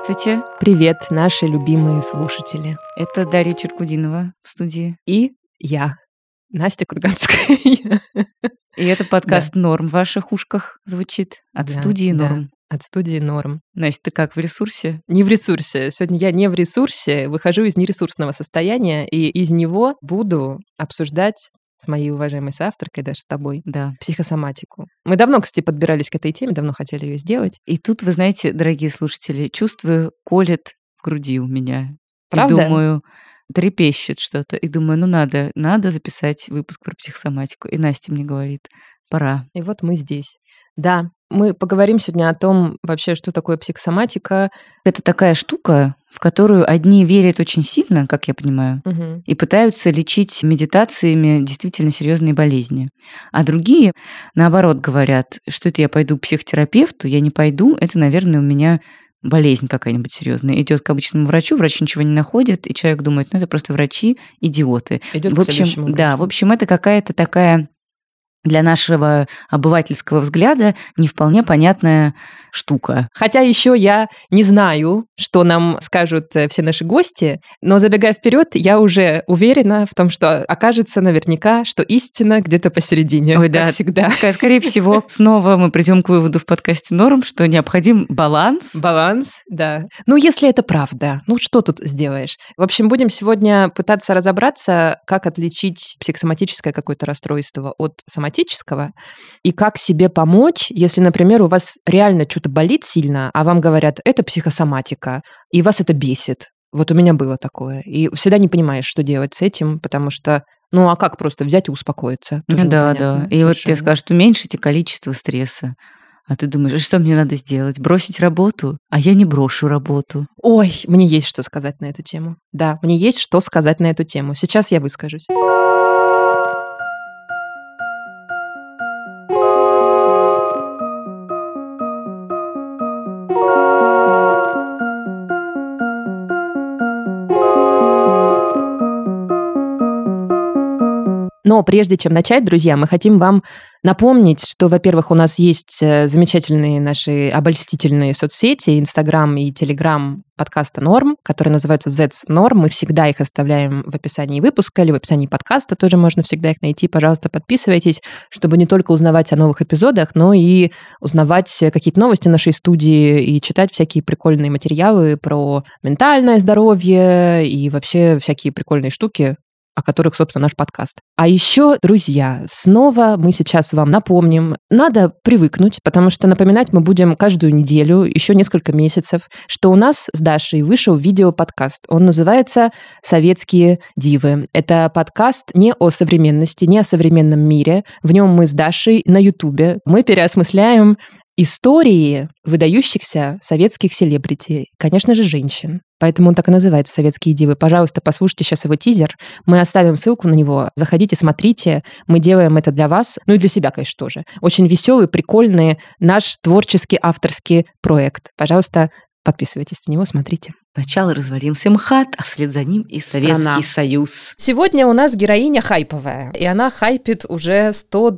Здравствуйте. Привет, наши любимые слушатели. Это Дарья Черкудинова в студии. И я, Настя Курганская. И это подкаст «Норм» в ваших ушках звучит. От студии «Норм». От студии «Норм». Настя, ты как, в ресурсе? Не в ресурсе. Сегодня я не в ресурсе, выхожу из нересурсного состояния, и из него буду обсуждать с моей уважаемой соавторкой, даже с тобой, психосоматику. Мы давно, кстати, подбирались к этой теме, давно хотели ее сделать. И тут, вы знаете, дорогие слушатели, чувствую, колет в груди у меня. Правда? И думаю, трепещет что-то. И думаю, надо записать выпуск про психосоматику. И Настя мне говорит, пора. И вот мы здесь. Да, мы поговорим сегодня о том, вообще, что такое психосоматика. Это такая штука, в которую одни верят очень сильно, как я понимаю, и пытаются лечить медитациями действительно серьезные болезни. А другие, наоборот, говорят, что это я пойду к психотерапевту, я не пойду, это, наверное, у меня болезнь какая-нибудь серьезная. Идет к обычному врачу, врач ничего не находит, и человек думает, это просто врачи идиоты. Идет к следующему врачу. Да, в общем, это какая-то такая для нашего обывательского взгляда не вполне понятная штука. Хотя еще я не знаю, что нам скажут все наши гости, но забегая вперед, я уже уверена в том, что окажется наверняка, что истина где-то посередине. Ой, как да, всегда. Скорее всего, снова мы придем к выводу в подкасте «Норм», что необходим баланс. Баланс, да. Ну, если это правда, что тут сделаешь? В общем, будем сегодня пытаться разобраться, как отличить психосоматическое какое-то расстройство от соматического, и как себе помочь, если, например, у вас реально что-то болит сильно, а вам говорят, это психосоматика, и вас это бесит. Вот у меня было такое. И всегда не понимаешь, что делать с этим, потому что, а как просто взять и успокоиться? Тоже непонятно И вот тебе совершенно. скажут, уменьшите количество стресса. А ты думаешь, что мне надо сделать? Бросить работу? А я не брошу работу. Ой, мне есть что сказать на эту тему. Да, мне есть что сказать на эту тему. Сейчас я выскажусь. Но прежде чем начать, друзья, мы хотим вам напомнить, что, во-первых, у нас есть замечательные наши обольстительные соцсети, Инстаграм и Телеграм подкаста «Норм», которые называются Z's Norm. Мы всегда их оставляем в описании выпуска или в описании подкаста, тоже можно всегда их найти. Пожалуйста, подписывайтесь, чтобы не только узнавать о новых эпизодах, но и узнавать какие-то новости нашей студии и читать всякие прикольные материалы про ментальное здоровье и вообще всякие прикольные штуки, о которых, собственно, наш подкаст. А еще, друзья, снова мы сейчас вам напомним, надо привыкнуть, потому что напоминать мы будем каждую неделю, еще несколько месяцев, что у нас с Дашей вышел видеоподкаст. Он называется «Советские дивы». Это подкаст не о современности, не о современном мире. В нем мы с Дашей на Ютубе. Мы переосмысляем истории выдающихся советских селебрити, конечно же, женщин. Поэтому он так и называется «Советские дивы». Пожалуйста, послушайте сейчас его тизер. Мы оставим ссылку на него. Заходите, смотрите. Мы делаем это для вас. И для себя, конечно, тоже. Очень веселый, прикольный наш творческий авторский проект. Пожалуйста, подписывайтесь на него, смотрите. Сначала развалился МХАТ, а вслед за ним и Советский Союз. Сегодня у нас героиня хайповая, и она хайпит уже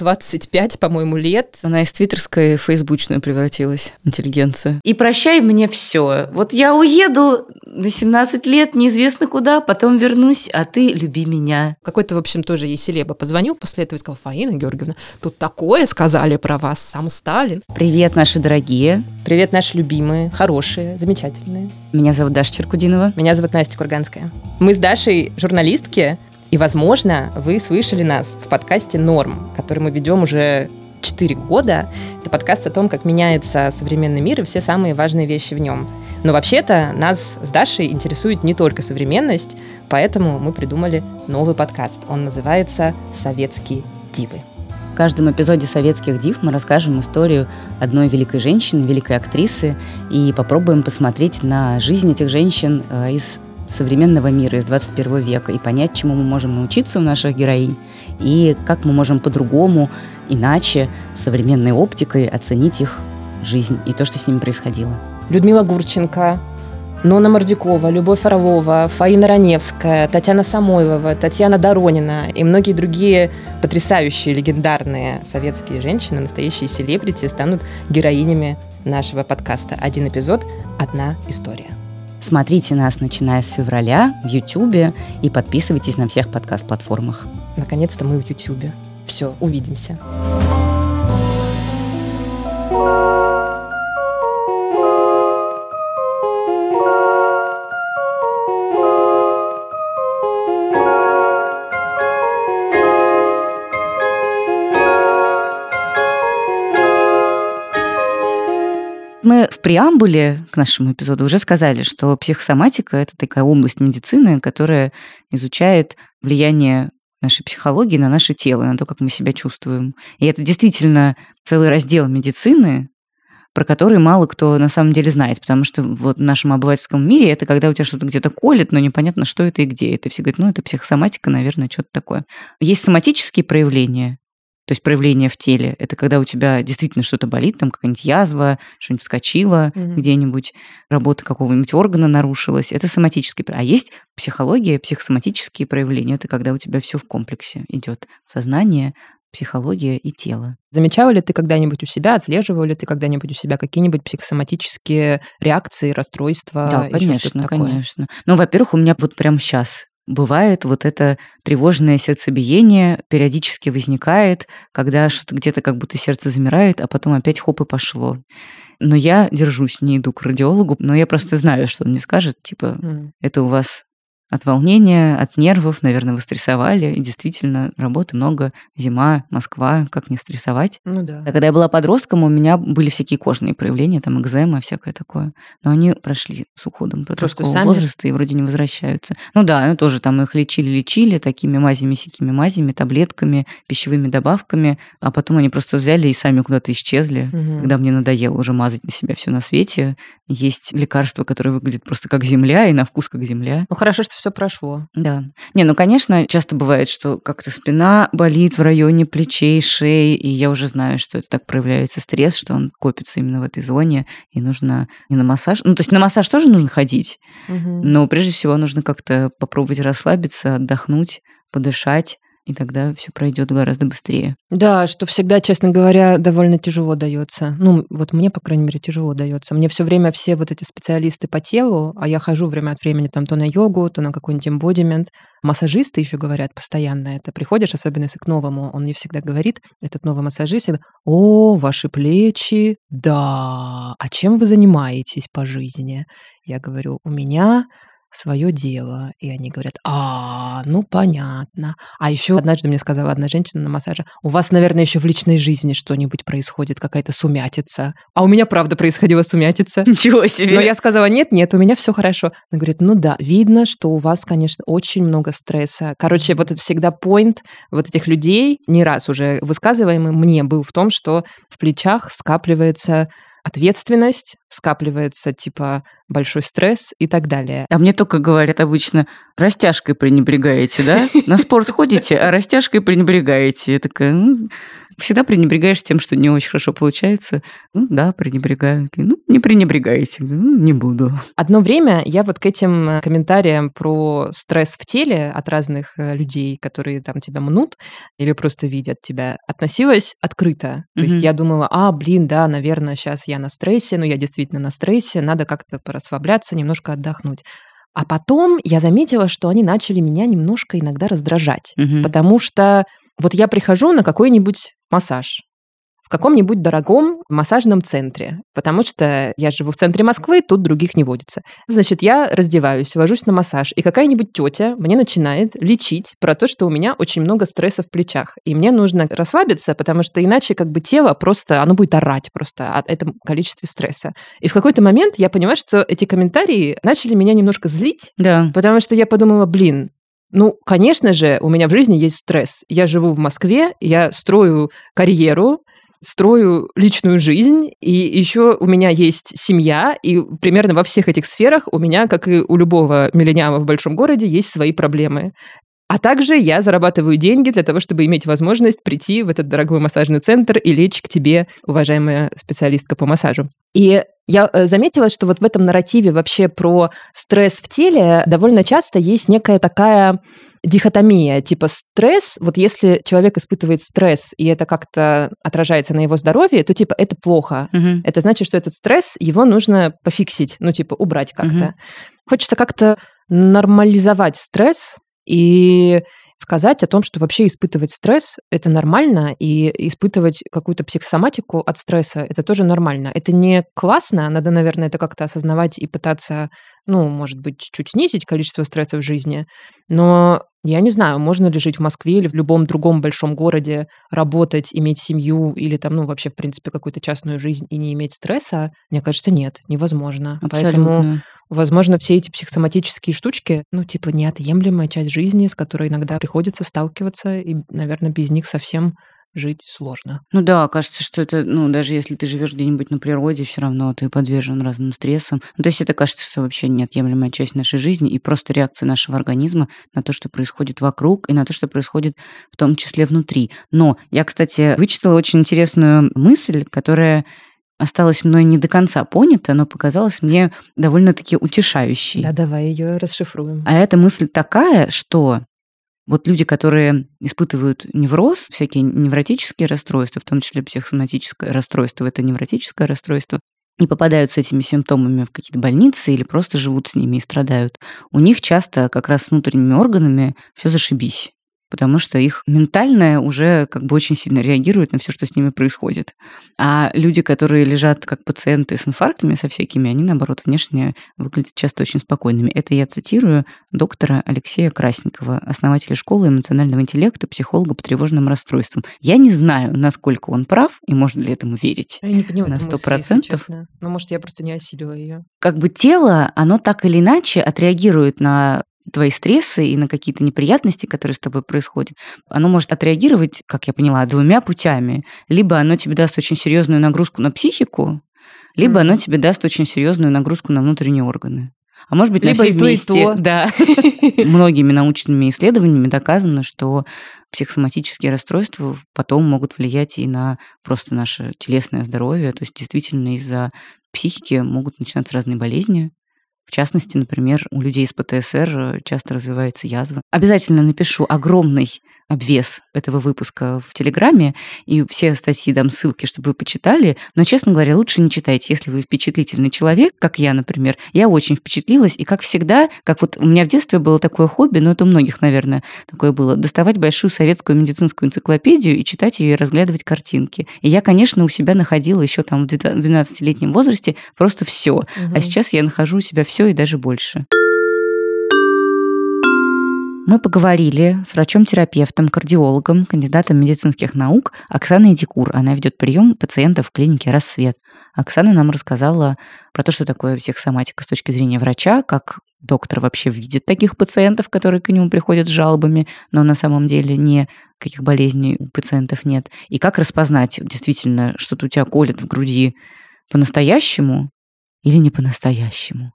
125, по-моему, лет. Она из твиттерской в фейсбучную превратилась, интеллигенция. И прощай мне все. Вот я уеду на 17 лет, неизвестно куда, потом вернусь, а ты люби меня. Какой-то, в общем, тоже ей селеба позвонил после этого и сказал: Фаина Георгиевна, тут такое сказали про вас, сам Сталин. Привет, наши дорогие. Привет, наши любимые, хорошие, замечательные. Меня зовут Даша Черкудинова. Меня зовут Настя Курганская. Мы с Дашей журналистки, и, возможно, вы слышали нас в подкасте «Норм», который мы ведем уже 4 года. Это подкаст о том, как меняется современный мир и все самые важные вещи в нем. Но вообще-то нас с Дашей интересует не только современность, поэтому мы придумали новый подкаст. Он называется «Советские дивы». В каждом эпизоде «Советских див» мы расскажем историю одной великой женщины, великой актрисы, и попробуем посмотреть на жизнь этих женщин из современного мира, из 21 века, и понять, чему мы можем научиться у наших героинь, и как мы можем по-другому, иначе, современной оптикой оценить их жизнь и то, что с ними происходило. Людмила Гурченко, Нонна Мордюкова, Любовь Орлова, Фаина Раневская, Татьяна Самойлова, Татьяна Доронина и многие другие потрясающие, легендарные советские женщины, настоящие селебрити, станут героинями нашего подкаста. Один эпизод, одна история. Смотрите нас, начиная с февраля, в Ютубе и подписывайтесь на всех подкаст-платформах. Наконец-то мы в Ютубе. Все, увидимся. Мы в преамбуле к нашему эпизоду уже сказали, что психосоматика – это такая область медицины, которая изучает влияние нашей психологии на наше тело, на то, как мы себя чувствуем. И это действительно целый раздел медицины, про который мало кто на самом деле знает, потому что вот в нашем обывательском мире это когда у тебя что-то где-то колет, но непонятно, что это и где. Это все говорят, это психосоматика, наверное, что-то такое. Есть соматические проявления, то есть проявление в теле. Это когда у тебя действительно что-то болит, там какая-нибудь язва, что-нибудь вскочило где-нибудь, работа какого-нибудь органа нарушилась. Это соматические проявления. А есть психология, психосоматические проявления. Это когда у тебя все в комплексе идет: сознание, психология и тело. Замечала ли ты когда-нибудь у себя, отслеживала ли ты когда-нибудь у себя какие-нибудь психосоматические реакции, расстройства? Да, конечно, конечно. Ну, во-первых, у меня вот прямо сейчас бывает вот это тревожное сердцебиение, периодически возникает, когда что-то где-то как будто сердце замирает, а потом опять хоп и пошло. Но я держусь, не иду к радиологу, но я просто знаю, что он мне скажет, типа, это у вас от волнения, от нервов, наверное, вы стрессовали. И действительно, работы много. Зима, Москва, как не стрессовать. Ну да. А когда я была подростком, у меня были всякие кожные проявления, там экзема, всякое такое. Но они прошли с уходом подросткового возраста и вроде не возвращаются. Ну да, тоже там их лечили такими мазями, сякими мазями, таблетками, пищевыми добавками, а потом они просто взяли и сами куда-то исчезли, когда мне надоело уже мазать на себя все на свете. Есть лекарства, которые выглядят просто как земля и на вкус как земля. Ну хорошо, что все прошло. Да. Конечно, часто бывает, что как-то спина болит в районе плечей, шеи, и я уже знаю, что это так проявляется стресс, что он копится именно в этой зоне, и нужно не на массаж. Ну, то есть на массаж тоже нужно ходить, но прежде всего нужно как-то попробовать расслабиться, отдохнуть, подышать, и тогда все пройдет гораздо быстрее. Да, что всегда, честно говоря, довольно тяжело дается. Ну, вот мне, по крайней мере, тяжело дается. Мне все время все вот эти специалисты по телу, а я хожу время от времени там то на йогу, то на какой-нибудь эмбодимент. Массажисты еще говорят постоянно это. Приходишь, особенно если к новому, он мне всегда говорит, этот новый массажист, о, ваши плечи, да, а чем вы занимаетесь по жизни? Я говорю, у меня свое дело. И они говорят, ну понятно. А еще однажды мне сказала одна женщина на массаже, у вас, наверное, еще в личной жизни что-нибудь происходит, какая-то сумятица. А у меня, правда, происходила сумятица. Ничего себе. Но я сказала, нет, у меня все хорошо. Она говорит, ну да, видно, что у вас, конечно, очень много стресса. Короче, вот это всегда поинт вот этих людей, не раз уже высказываемый мне был в том, что в плечах скапливается ответственность, скапливается, типа, большой стресс и так далее. А мне только говорят обычно, растяжкой пренебрегаете, да? На спорт ходите, а растяжкой пренебрегаете. Я такая, всегда пренебрегаешь тем, что не очень хорошо получается. Да, пренебрегаю. Не пренебрегаете. Не буду. Одно время я вот к этим комментариям про стресс в теле от разных людей, которые там тебя мнут или просто видят тебя, относилась открыто. То есть я думала, да, наверное, сейчас я на стрессе, но я действительно на стрессе, надо как-то порасслабляться, немножко отдохнуть. А потом я заметила, что они начали меня немножко иногда раздражать, потому что вот я прихожу на какой-нибудь массаж в каком-нибудь дорогом массажном центре, потому что я живу в центре Москвы, тут других не водится. Значит, я раздеваюсь, ложусь на массаж, и какая-нибудь тетя мне начинает лечить про то, что у меня очень много стресса в плечах, и мне нужно расслабиться, потому что иначе как бы тело просто, оно будет орать просто от этого количества стресса. И в какой-то момент я понимаю, что эти комментарии начали меня немножко злить, потому что я подумала, конечно же, у меня в жизни есть стресс. Я живу в Москве, я строю карьеру, строю личную жизнь, и еще у меня есть семья, и примерно во всех этих сферах у меня, как и у любого миллениала в большом городе, есть свои проблемы. А также я зарабатываю деньги для того, чтобы иметь возможность прийти в этот дорогой массажный центр и лечь к тебе, уважаемая специалистка по массажу. И я заметила, что вот в этом нарративе вообще про стресс в теле довольно часто есть некая такая дихотомия, типа стресс, вот если человек испытывает стресс, и это как-то отражается на его здоровье, то типа это плохо. Мгм. Это значит, что этот стресс, его нужно пофиксить, ну типа убрать как-то. Мгм. Хочется как-то нормализовать стресс и сказать о том, что вообще испытывать стресс — это нормально, и испытывать какую-то психосоматику от стресса — это тоже нормально. Это не классно, надо, наверное, это как-то осознавать и пытаться, ну, может быть, чуть снизить количество стресса в жизни, но я не знаю, можно ли жить в Москве или в любом другом большом городе, работать, иметь семью или там, ну, вообще, в принципе, какую-то частную жизнь и не иметь стресса? Мне кажется, нет, невозможно. Поэтому, Абсолютно. возможно, все эти психосоматические штучки, ну, типа, неотъемлемая часть жизни, с которой иногда приходится сталкиваться, и, наверное, без них совсем жить сложно. Ну да, кажется, что это, ну, даже если ты живешь где-нибудь на природе, все равно ты подвержен разным стрессам. Ну, то есть это кажется, что вообще неотъемлемая часть нашей жизни и просто реакция нашего организма на то, что происходит вокруг, и на то, что происходит в том числе внутри. Но я, кстати, вычитала очень интересную мысль, которая осталась мной не до конца понята, но показалась мне довольно-таки утешающей. Да, давай ее расшифруем. А эта мысль такая, что вот люди, которые испытывают невроз, всякие невротические расстройства, в том числе психосоматическое расстройство, это невротическое расстройство, и попадают с этими симптомами в какие-то больницы или просто живут с ними и страдают, у них часто как раз с внутренними органами все зашибись. Потому что их ментальное уже как бы очень сильно реагирует на все, что с ними происходит. А люди, которые лежат как пациенты с инфарктами, со всякими, они, наоборот, внешне выглядят часто очень спокойными. Это я цитирую доктора Алексея Красникова, основателя школы эмоционального интеллекта, психолога по тревожным расстройствам. Я не знаю, насколько он прав, и можно ли этому верить Я не поняла на эту мысль, если 100%. честно. Ну, может, я просто не осилила ее. Как бы тело, оно так или иначе отреагирует на твои стрессы и на какие-то неприятности, которые с тобой происходят. Оно может отреагировать, как я поняла, двумя путями. Либо оно тебе даст очень серьезную нагрузку на психику, либо оно тебе даст очень серьезную нагрузку на внутренние органы. А может быть, Либо на все и то, и вместе. то. Да. Многими научными исследованиями доказано, что психосоматические расстройства потом могут влиять и на просто наше телесное здоровье. То есть действительно из-за психики могут начинаться разные болезни. В частности, например, у людей с ПТСР часто развивается язва. Обязательно напишу огромный обвес этого выпуска в Телеграме, и все статьи дам ссылки, чтобы вы почитали. Но, честно говоря, лучше не читайте, если вы впечатлительный человек, как я, например. Я очень впечатлилась, и как всегда, как вот у меня в детстве было такое хобби, но это у многих, наверное, такое было, доставать большую советскую медицинскую энциклопедию и читать ее и разглядывать картинки. И я, конечно, у себя находила еще там в 12-летнем возрасте просто все. А сейчас я нахожу у себя все и даже больше. Мы поговорили с врачом-терапевтом, кардиологом, кандидатом медицинских наук Оксаной Дикур. Она ведет прием пациентов в клинике «Рассвет». Оксана нам рассказала про то, что такое психосоматика с точки зрения врача, как доктор вообще видит таких пациентов, которые к нему приходят с жалобами, но на самом деле никаких болезней у пациентов нет. И как распознать действительно, что-то у тебя колет в груди по-настоящему или не по-настоящему.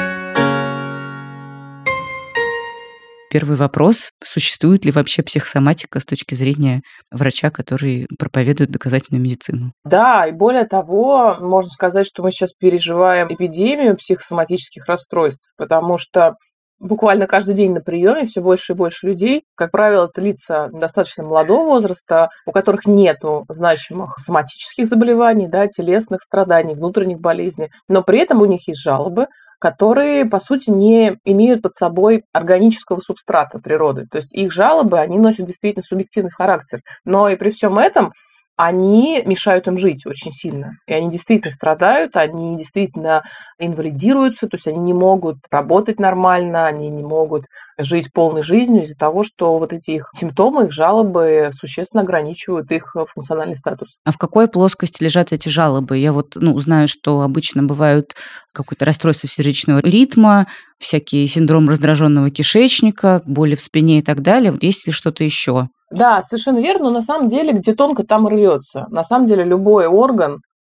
Первый вопрос: существует ли вообще психосоматика с точки зрения врача, который проповедует доказательную медицину? Да, и более того, можно сказать, что мы сейчас переживаем эпидемию психосоматических расстройств, потому что буквально каждый день на приеме все больше и больше людей, как правило, это лица достаточно молодого возраста, у которых нету значимых соматических заболеваний, да, телесных страданий, внутренних болезней, но при этом у них есть жалобы, которые, по сути, не имеют под собой органического субстрата природы. То есть их жалобы, они носят действительно субъективный характер. Но и при всем этом они мешают им жить очень сильно. И они действительно страдают, они действительно инвалидируются, то есть они не могут работать нормально, они не могут жить полной жизнью из-за того, что вот эти их симптомы, их жалобы существенно ограничивают их функциональный статус. А в какой плоскости лежат эти жалобы? Я вот знаю, что обычно бывают какое-то расстройство сердечного ритма, всякий синдром раздраженного кишечника, боли в спине и так далее. Вот есть ли что-то еще? Да, совершенно верно, но на самом деле, где тонко, там и рвется. На самом деле любой орган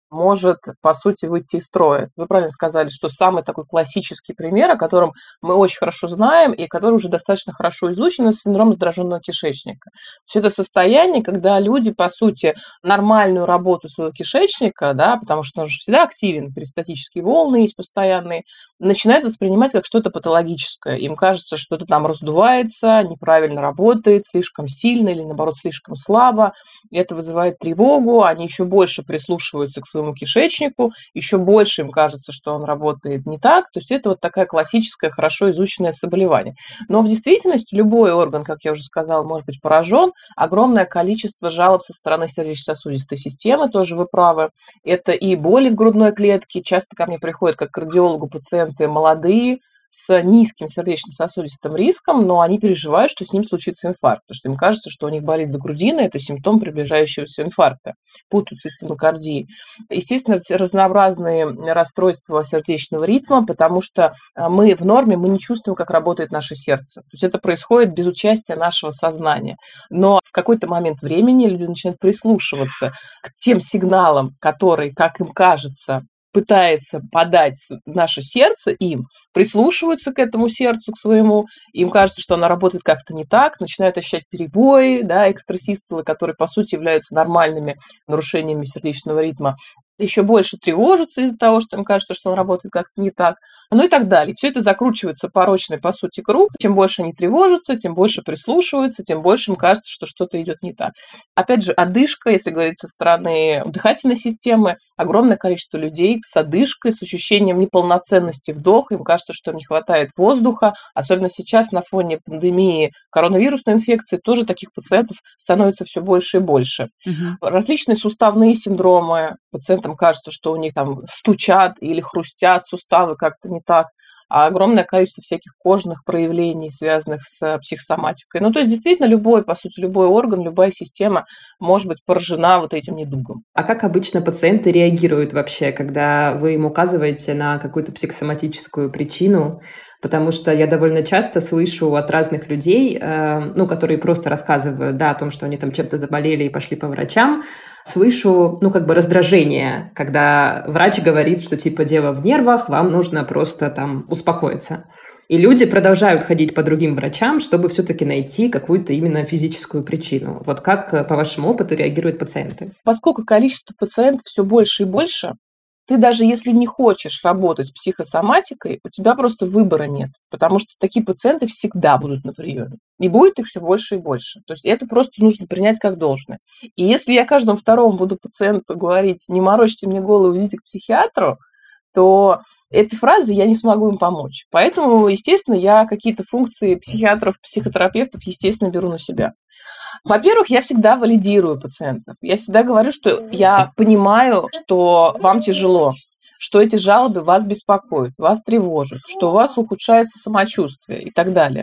может, по сути, выйти из строя. Вы правильно сказали, что самый такой классический пример, о котором мы очень хорошо знаем и который уже достаточно хорошо изучен, это синдром раздраженного кишечника. То есть это состояние, когда люди, по сути, нормальную работу своего кишечника, да, потому что он же всегда активен, перистатические волны есть постоянные, начинают воспринимать как что-то патологическое. Им кажется, что это там раздувается, неправильно работает, слишком сильно или, наоборот, слишком слабо. И это вызывает тревогу, они еще больше прислушиваются к своему кишечнику, еще больше им кажется, что он работает не так. То есть это вот такая классическое, хорошо изученное заболевание. Но в действительности любой орган, как я уже сказала, может быть поражен. Огромное количество жалоб со стороны сердечно-сосудистой системы, тоже вы правы. Это и боли в грудной клетке. Часто ко мне приходят как к кардиологу пациенты молодые, с низким сердечно-сосудистым риском, но они переживают, что с ним случится инфаркт, потому что им кажется, что у них болит за грудиной, это симптом приближающегося инфаркта, путаются с стенокардией. Естественно, разнообразные расстройства сердечного ритма, потому что мы в норме, мы не чувствуем, как работает наше сердце. То есть это происходит без участия нашего сознания. Но в какой-то момент времени люди начинают прислушиваться к тем сигналам, которые, как им кажется, пытается подать наше сердце им, прислушиваются к этому сердцу, к своему, им кажется, что оно работает как-то не так, начинают ощущать перебои, да, экстрасистолы, которые, по сути, являются нормальными нарушениями сердечного ритма, еще больше тревожатся из-за того, что им кажется, что он работает как-то не так, ну и так далее. Все это закручивается порочный, по сути, круг. Чем больше они тревожатся, тем больше прислушиваются, тем больше им кажется, что что-то идет не так. Опять же, одышка, если говорить со стороны дыхательной системы, огромное количество людей с одышкой, с ощущением неполноценности вдоха, им кажется, что им не хватает воздуха, особенно сейчас на фоне пандемии коронавирусной инфекции тоже таких пациентов становится все больше и больше. Различные суставные синдромы, пациентам кажется, что у них там стучат или хрустят суставы как-то не так, а огромное количество всяких кожных проявлений, связанных с психосоматикой. Ну, то есть, действительно, любой, по сути, любой орган, любая система может быть поражена вот этим недугом. А как обычно пациенты реагируют вообще, когда вы им указываете на какую-то психосоматическую причину? Потому что я довольно часто слышу от разных людей, которые просто рассказывают, да, о том, что они там чем-то заболели и пошли по врачам, слышу, раздражение, когда врач говорит, что типа дело в нервах, вам нужно просто там успокоиться. И люди продолжают ходить по другим врачам, чтобы все-таки найти какую-то именно физическую причину. Вот как, по вашему опыту, реагируют пациенты? Поскольку количество пациентов все больше и больше, ты даже если не хочешь работать с психосоматикой, у тебя просто выбора нет, потому что такие пациенты всегда будут на приеме. И будет их все больше и больше. То есть это просто нужно принять как должное. И если я каждому второму буду пациенту говорить: не морочьте мне голову, идите к психиатру, то этой фразой я не смогу им помочь. Поэтому, естественно, я какие-то функции психиатров, психотерапевтов, естественно, беру на себя. Во-первых, я всегда валидирую пациентов. Я всегда говорю, что я понимаю, что вам тяжело, что эти жалобы вас беспокоят, вас тревожат, что у вас ухудшается самочувствие и так далее.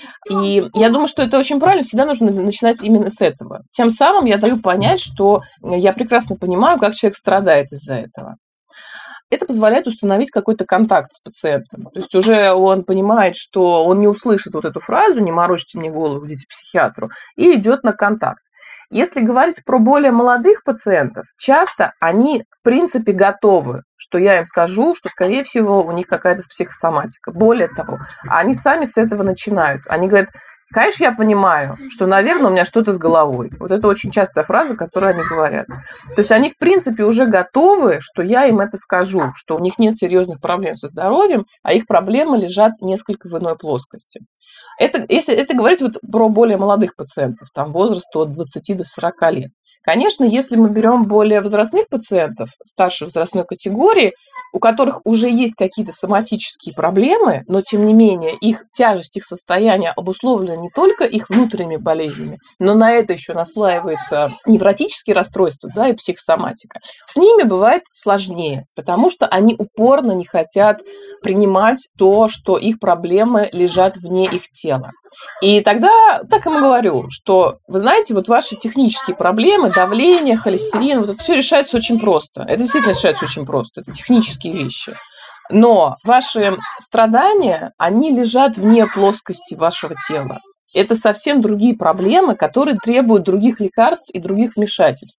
И я думаю, что это очень правильно, всегда нужно начинать именно с этого. Тем самым я даю понять, что я прекрасно понимаю, как человек страдает из-за этого. Это позволяет установить какой-то контакт с пациентом. То есть уже он понимает, что он не услышит вот эту фразу «не морочьте мне голову, идите к психиатру», и идет на контакт. Если говорить про более молодых пациентов, часто они, в принципе, готовы, что я им скажу, что, скорее всего, у них какая-то психосоматика. Более того, они сами с этого начинают. Они говорят: конечно, я понимаю, что, наверное, у меня что-то с головой. Вот это очень частая фраза, которую они говорят. То есть они, в принципе, уже готовы, что я им это скажу, что у них нет серьезных проблем со здоровьем, а их проблемы лежат несколько в иной плоскости. Если это говорить вот про более молодых пациентов, там возраста от 20 до 40 лет. Конечно, если мы берем более возрастных пациентов, старшей возрастной категории, у которых уже есть какие-то соматические проблемы, но тем не менее их тяжесть, их состояние обусловлено не только их внутренними болезнями, но на это еще наслаивается невротические расстройства, да, и психосоматика. С ними бывает сложнее, потому что они упорно не хотят принимать то, что их проблемы лежат вне их тела. И тогда так ему говорю, что, вы знаете, вот ваши технические проблемы, давление, холестерин, вот это все решается очень просто. Это действительно решается очень просто. Это технические вещи. Но ваши страдания, они лежат вне плоскости вашего тела. Это совсем другие проблемы, которые требуют других лекарств и других вмешательств.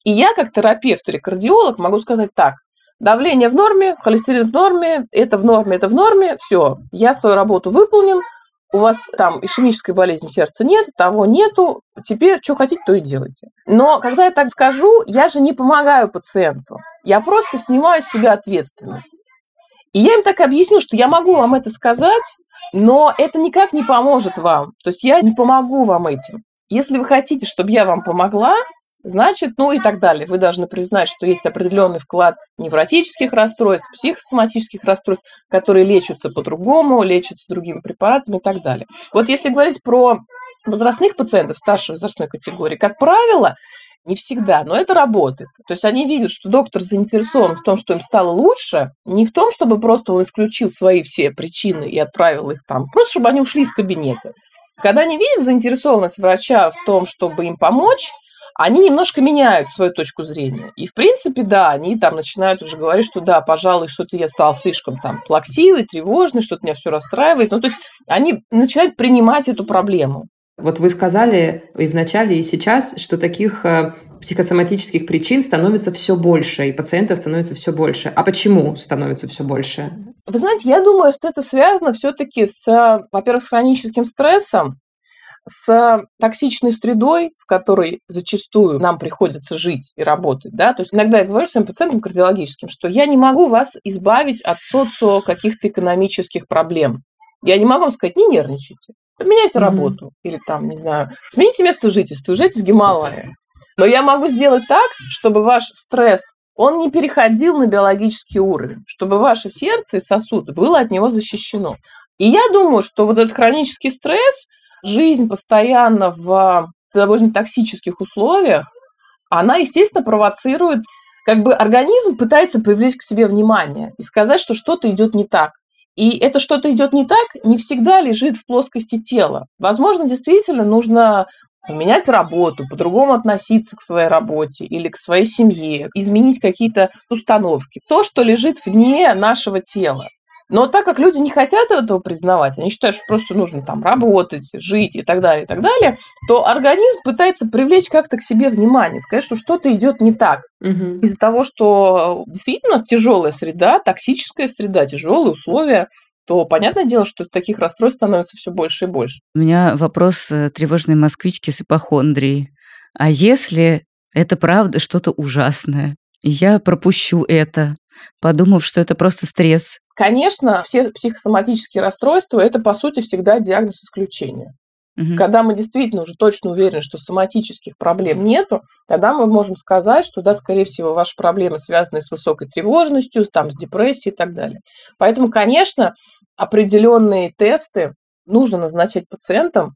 И я, как терапевт или кардиолог, могу сказать так: давление в норме, холестерин в норме, это в норме, все, я свою работу выполнил, у вас там ишемической болезни сердца нет, того нету, теперь что хотите, то и делайте. Но когда я так скажу, я же не помогаю пациенту, я просто снимаю с себя ответственность. И я им так объясню, что я могу вам это сказать, но это никак не поможет вам. То есть я не помогу вам этим. Если вы хотите, чтобы я вам помогла, значит, и так далее. Вы должны признать, что есть определенный вклад невротических расстройств, психосоматических расстройств, которые лечатся по-другому, лечатся другими препаратами и так далее. Вот если говорить про возрастных пациентов старшей возрастной категории, как правило, не всегда, но это работает. То есть они видят, что доктор заинтересован в том, что им стало лучше, не в том, чтобы просто он исключил свои все причины и отправил их там, просто чтобы они ушли из кабинета. Когда они видят заинтересованность врача в том, чтобы им помочь, они немножко меняют свою точку зрения. И, в принципе, да, они там начинают уже говорить, что да, пожалуй, что-то я стал слишком там плаксивый, тревожный, что-то меня все расстраивает. То есть они начинают принимать эту проблему. Вот вы сказали и в начале, и сейчас, что таких психосоматических причин становится все больше, и пациентов становится все больше. А почему становится все больше? Вы знаете, я думаю, что это связано все-таки во-первых, с хроническим стрессом, с токсичной средой, в которой зачастую нам приходится жить и работать. Да? То есть иногда я говорю своим пациентам кардиологическим, что я не могу вас избавить от каких-то экономических проблем. Я не могу вам сказать, не нервничайте, поменяйте работу или там, не знаю, смените место жительства, уезжайте в Гималайи. Но я могу сделать так, чтобы ваш стресс, он не переходил на биологический уровень, чтобы ваше сердце и сосуды было от него защищено. И я думаю, что вот этот хронический стресс, жизнь постоянно в довольно токсических условиях, она, естественно, провоцирует, организм пытается привлечь к себе внимание и сказать, что что-то идет не так. И это что-то идет не так, не всегда лежит в плоскости тела. Возможно, действительно нужно поменять работу, по-другому относиться к своей работе или к своей семье, изменить какие-то установки. То, что лежит вне нашего тела. Но так как люди не хотят этого признавать, они считают, что просто нужно там работать, жить и так далее, то организм пытается привлечь как-то к себе внимание, сказать, что что-то идет не так. Из-за того, что действительно у нас тяжелая среда, токсическая среда, тяжелые условия, то понятное дело, что таких расстройств становится все больше и больше. У меня вопрос тревожной москвички с ипохондрией. А если это правда что-то ужасное, и я пропущу это, подумав, что это просто стресс? Конечно, все психосоматические расстройства – это, по сути, всегда диагноз исключения. Когда мы действительно уже точно уверены, что соматических проблем нету, тогда мы можем сказать, что, да, скорее всего, ваши проблемы связаны с высокой тревожностью, там, с депрессией и так далее. Поэтому, конечно, определенные тесты нужно назначать пациентам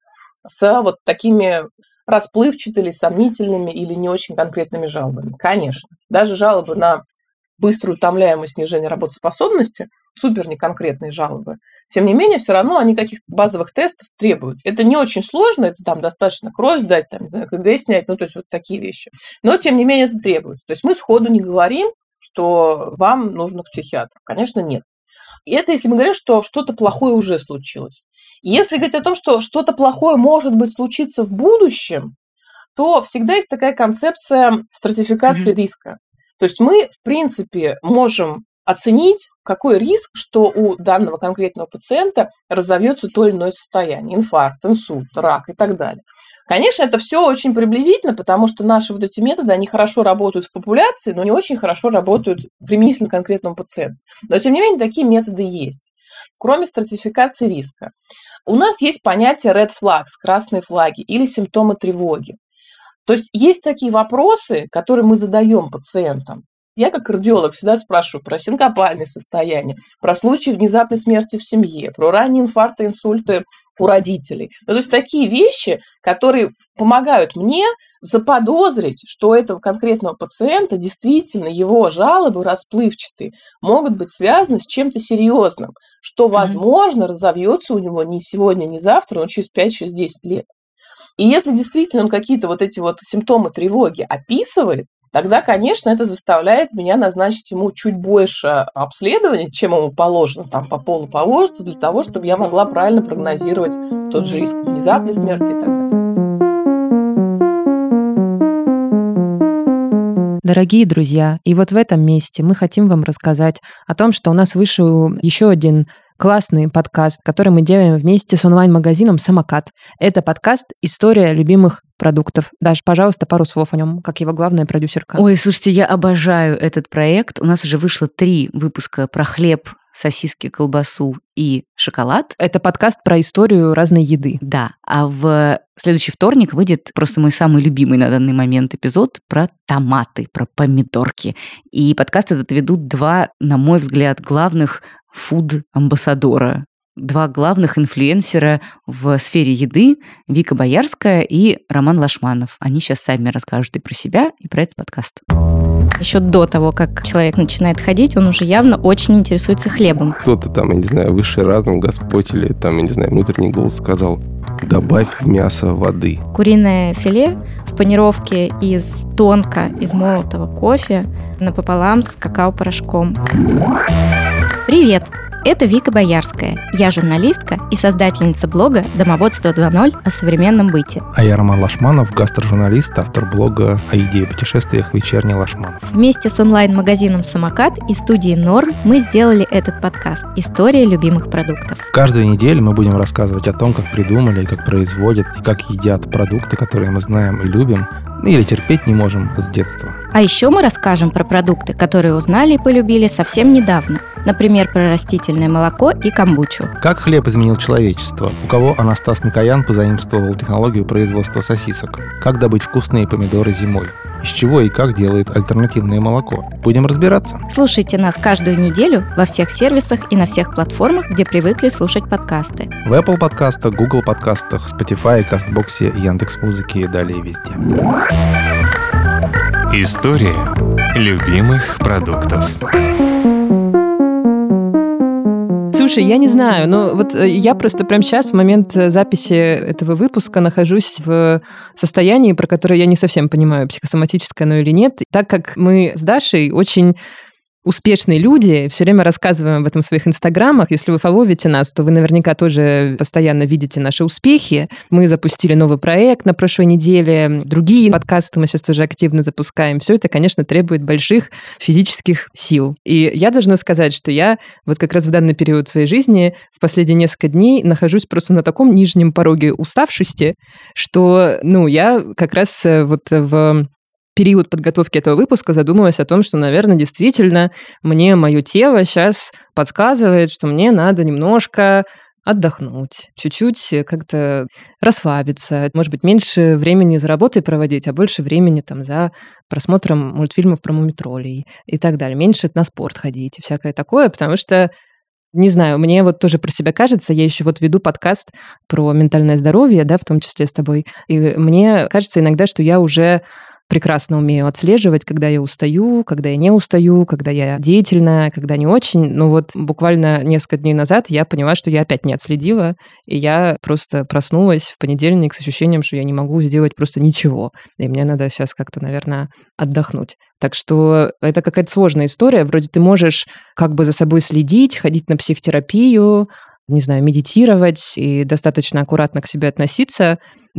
с вот такими расплывчатыми, сомнительными или не очень конкретными жалобами. Конечно. Даже жалобы на быструю утомляемость, снижение работоспособности, супер неконкретные жалобы. Тем не менее, все равно они каких-то базовых тестов требуют. Это не очень сложно, это там достаточно кровь сдать, там, не знаю, КГ снять, то есть вот такие вещи. Но, тем не менее, это требуется. То есть мы сходу не говорим, что вам нужно к психиатру. Конечно, нет. И это если мы говорим, что что-то плохое уже случилось. Если говорить о том, что что-то плохое может быть случиться в будущем, то всегда есть такая концепция стратификации риска. То есть мы, в принципе, можем оценить, какой риск, что у данного конкретного пациента разовьется то или иное состояние. Инфаркт, инсульт, рак и так далее. Конечно, это все очень приблизительно, потому что наши вот эти методы, они хорошо работают в популяции, но не очень хорошо работают применительно к конкретному пациенту. Но, тем не менее, такие методы есть. Кроме стратификации риска, у нас есть понятие red flags, красные флаги, или симптомы тревоги. То есть есть такие вопросы, которые мы задаем пациентам. Я как кардиолог всегда спрашиваю про синкопальное состояние, про случаи внезапной смерти в семье, про ранние инфаркты, инсульты у родителей. То есть такие вещи, которые помогают мне заподозрить, что у этого конкретного пациента действительно его жалобы расплывчатые могут быть связаны с чем-то серьезным, что, возможно, разовьется у него не сегодня, не завтра, но через 5, через 10 лет. И если действительно он какие-то вот эти вот симптомы тревоги описывает, тогда, конечно, это заставляет меня назначить ему чуть больше обследований, чем ему положено там, по полу, по возрасту, для того, чтобы я могла правильно прогнозировать тот же риск внезапной смерти и так далее. Дорогие друзья, и вот в этом месте мы хотим вам рассказать о том, что у нас вышел еще один классный подкаст, который мы делаем вместе с онлайн-магазином «Самокат». Это подкаст «История любимых продуктов». Даш, пожалуйста, пару слов о нем, как его главная продюсерка. Ой, слушайте, я обожаю этот проект. У нас уже вышло 3 выпуска про хлеб, сосиски, колбасу и шоколад. Это подкаст про историю разной еды. Да, а в следующий вторник выйдет просто мой самый любимый на данный момент эпизод про томаты, про помидорки. И подкаст этот ведут 2, на мой взгляд, главных фуд-амбассадора. 2 главных инфлюенсера в сфере еды, Вика Боярская и Роман Лашманов. Они сейчас сами расскажут и про себя, и про этот подкаст. Еще до того, как человек начинает ходить, он уже явно очень интересуется хлебом. Кто-то там, я не знаю, высший разум, Господь или там, я не знаю, внутренний голос сказал: добавь в мясо воды. Куриное филе в панировке из тонко измолотого кофе напополам с какао-порошком. Привет! Это Вика Боярская. Я журналистка и создательница блога «Домоводство 2.0» о современном быте. А я Роман Лашманов, гастрожурналист, автор блога о еде и путешествиях «Вечерний Лашманов». Вместе с онлайн-магазином «Самокат» и студией «Норм» мы сделали этот подкаст «История любимых продуктов». Каждую неделю мы будем рассказывать о том, как придумали, как производят и как едят продукты, которые мы знаем и любим, или терпеть не можем с детства. А еще мы расскажем про продукты, которые узнали и полюбили совсем недавно. Например, про растительное молоко и камбучу. Как хлеб изменил человечество? У кого Анастас Микоян позаимствовал технологию производства сосисок? Как добыть вкусные помидоры зимой? Из чего и как делают альтернативное молоко? Будем разбираться. Слушайте нас каждую неделю во всех сервисах и на всех платформах, где привыкли слушать подкасты. В Apple подкастах, Google подкастах, Spotify, Кастбоксе, Яндекс.Музыке и далее везде. История любимых продуктов. Слушай, я не знаю, но вот я просто прямо сейчас, в момент записи этого выпуска, нахожусь в состоянии, про которое я не совсем понимаю, психосоматическое оно или нет. Так как мы с Дашей очень успешные люди, все время рассказываем об этом в своих инстаграмах. Если вы фоловите нас, то вы наверняка тоже постоянно видите наши успехи. Мы запустили новый проект на прошлой неделе, другие подкасты мы сейчас тоже активно запускаем. Все это, конечно, требует больших физических сил. И я должна сказать, что я вот как раз в данный период своей жизни в последние несколько дней нахожусь просто на таком нижнем пороге уставшести, что, я как раз вот в период подготовки этого выпуска задумалась о том, что, наверное, действительно мне мое тело сейчас подсказывает, что мне надо немножко отдохнуть, чуть-чуть как-то расслабиться, может быть, меньше времени за работой проводить, а больше времени там за просмотром мультфильмов про мумитролей и так далее, меньше на спорт ходить и всякое такое, потому что не знаю, мне вот тоже про себя кажется, я еще вот веду подкаст про ментальное здоровье, да, в том числе с тобой, и мне кажется иногда, что я уже прекрасно умею отслеживать, когда я устаю, когда я не устаю, когда я деятельная, когда не очень. Но вот буквально несколько дней назад я поняла, что я опять не отследила, и я просто проснулась в понедельник с ощущением, что я не могу сделать просто ничего. И мне надо сейчас как-то, наверное, отдохнуть. Так что это какая-то сложная история. Вроде ты можешь как бы за собой следить, ходить на психотерапию, не знаю, медитировать и достаточно аккуратно к себе относиться,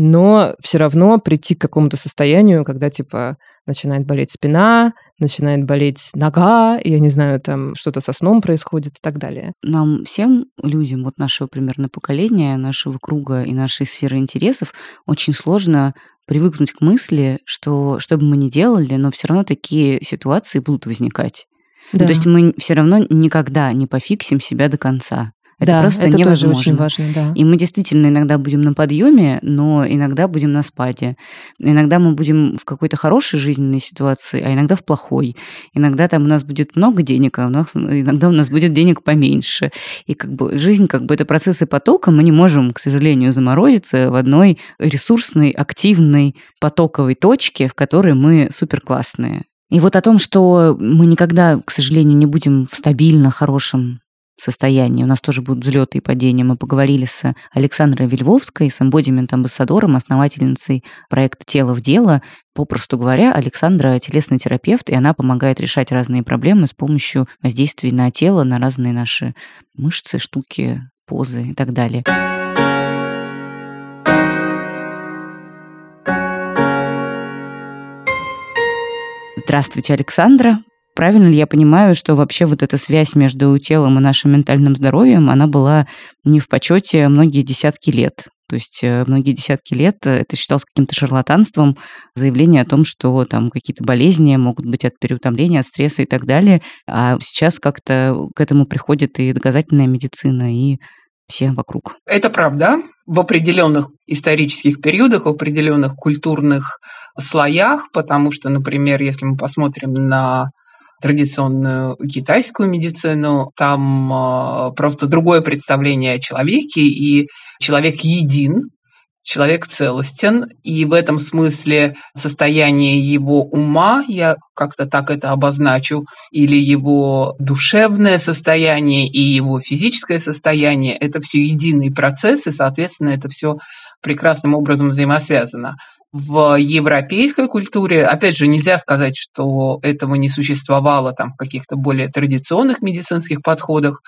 но все равно прийти к какому-то состоянию, когда, начинает болеть спина, начинает болеть нога, я не знаю, там что-то со сном происходит и так далее. Нам всем людям вот нашего примерно поколения, нашего круга и нашей сферы интересов очень сложно привыкнуть к мысли, что бы мы ни делали, но все равно такие ситуации будут возникать. Да. То есть мы все равно никогда не пофиксим себя до конца. Это просто это невозможно. Тоже очень важно, да. И мы действительно иногда будем на подъеме, но иногда будем на спаде. Иногда мы будем в какой-то хорошей жизненной ситуации, а иногда в плохой. Иногда там у нас будет много денег, а иногда у нас будет денег поменьше. И жизнь это процессы потока. Мы не можем, к сожалению, заморозиться в одной ресурсной, активной, потоковой точке, в которой мы суперклассные. И вот о том, что мы никогда, к сожалению, не будем в стабильно хорошем состоянии. У нас тоже будут взлеты и падения. Мы поговорили с Александрой Вельвовской, с эмбодимент-амбассадором, основательницей проекта «Тело в дело». Попросту говоря, Александра телесный терапевт, и она помогает решать разные проблемы с помощью воздействия на тело, на разные наши мышцы, штуки, позы и так далее. Здравствуйте, Александра. Правильно ли я понимаю, что вообще вот эта связь между телом и нашим ментальным здоровьем, она была не в почете многие десятки лет? То есть многие десятки лет это считалось каким-то шарлатанством, заявление о том, что там какие-то болезни могут быть от переутомления, от стресса и так далее. А сейчас как-то к этому приходит и доказательная медицина, и все вокруг. Это правда. В определенных исторических периодах, в определенных культурных слоях, потому что, например, если мы посмотрим на традиционную китайскую медицину, там просто другое представление о человеке, и человек един, человек целостен, и в этом смысле состояние его ума, я как-то так это обозначу, или его душевное состояние и его физическое состояние, это все единый процесс, и, соответственно, это все прекрасным образом взаимосвязано. В европейской культуре, опять же, нельзя сказать, что этого не существовало там в каких-то более традиционных медицинских подходах,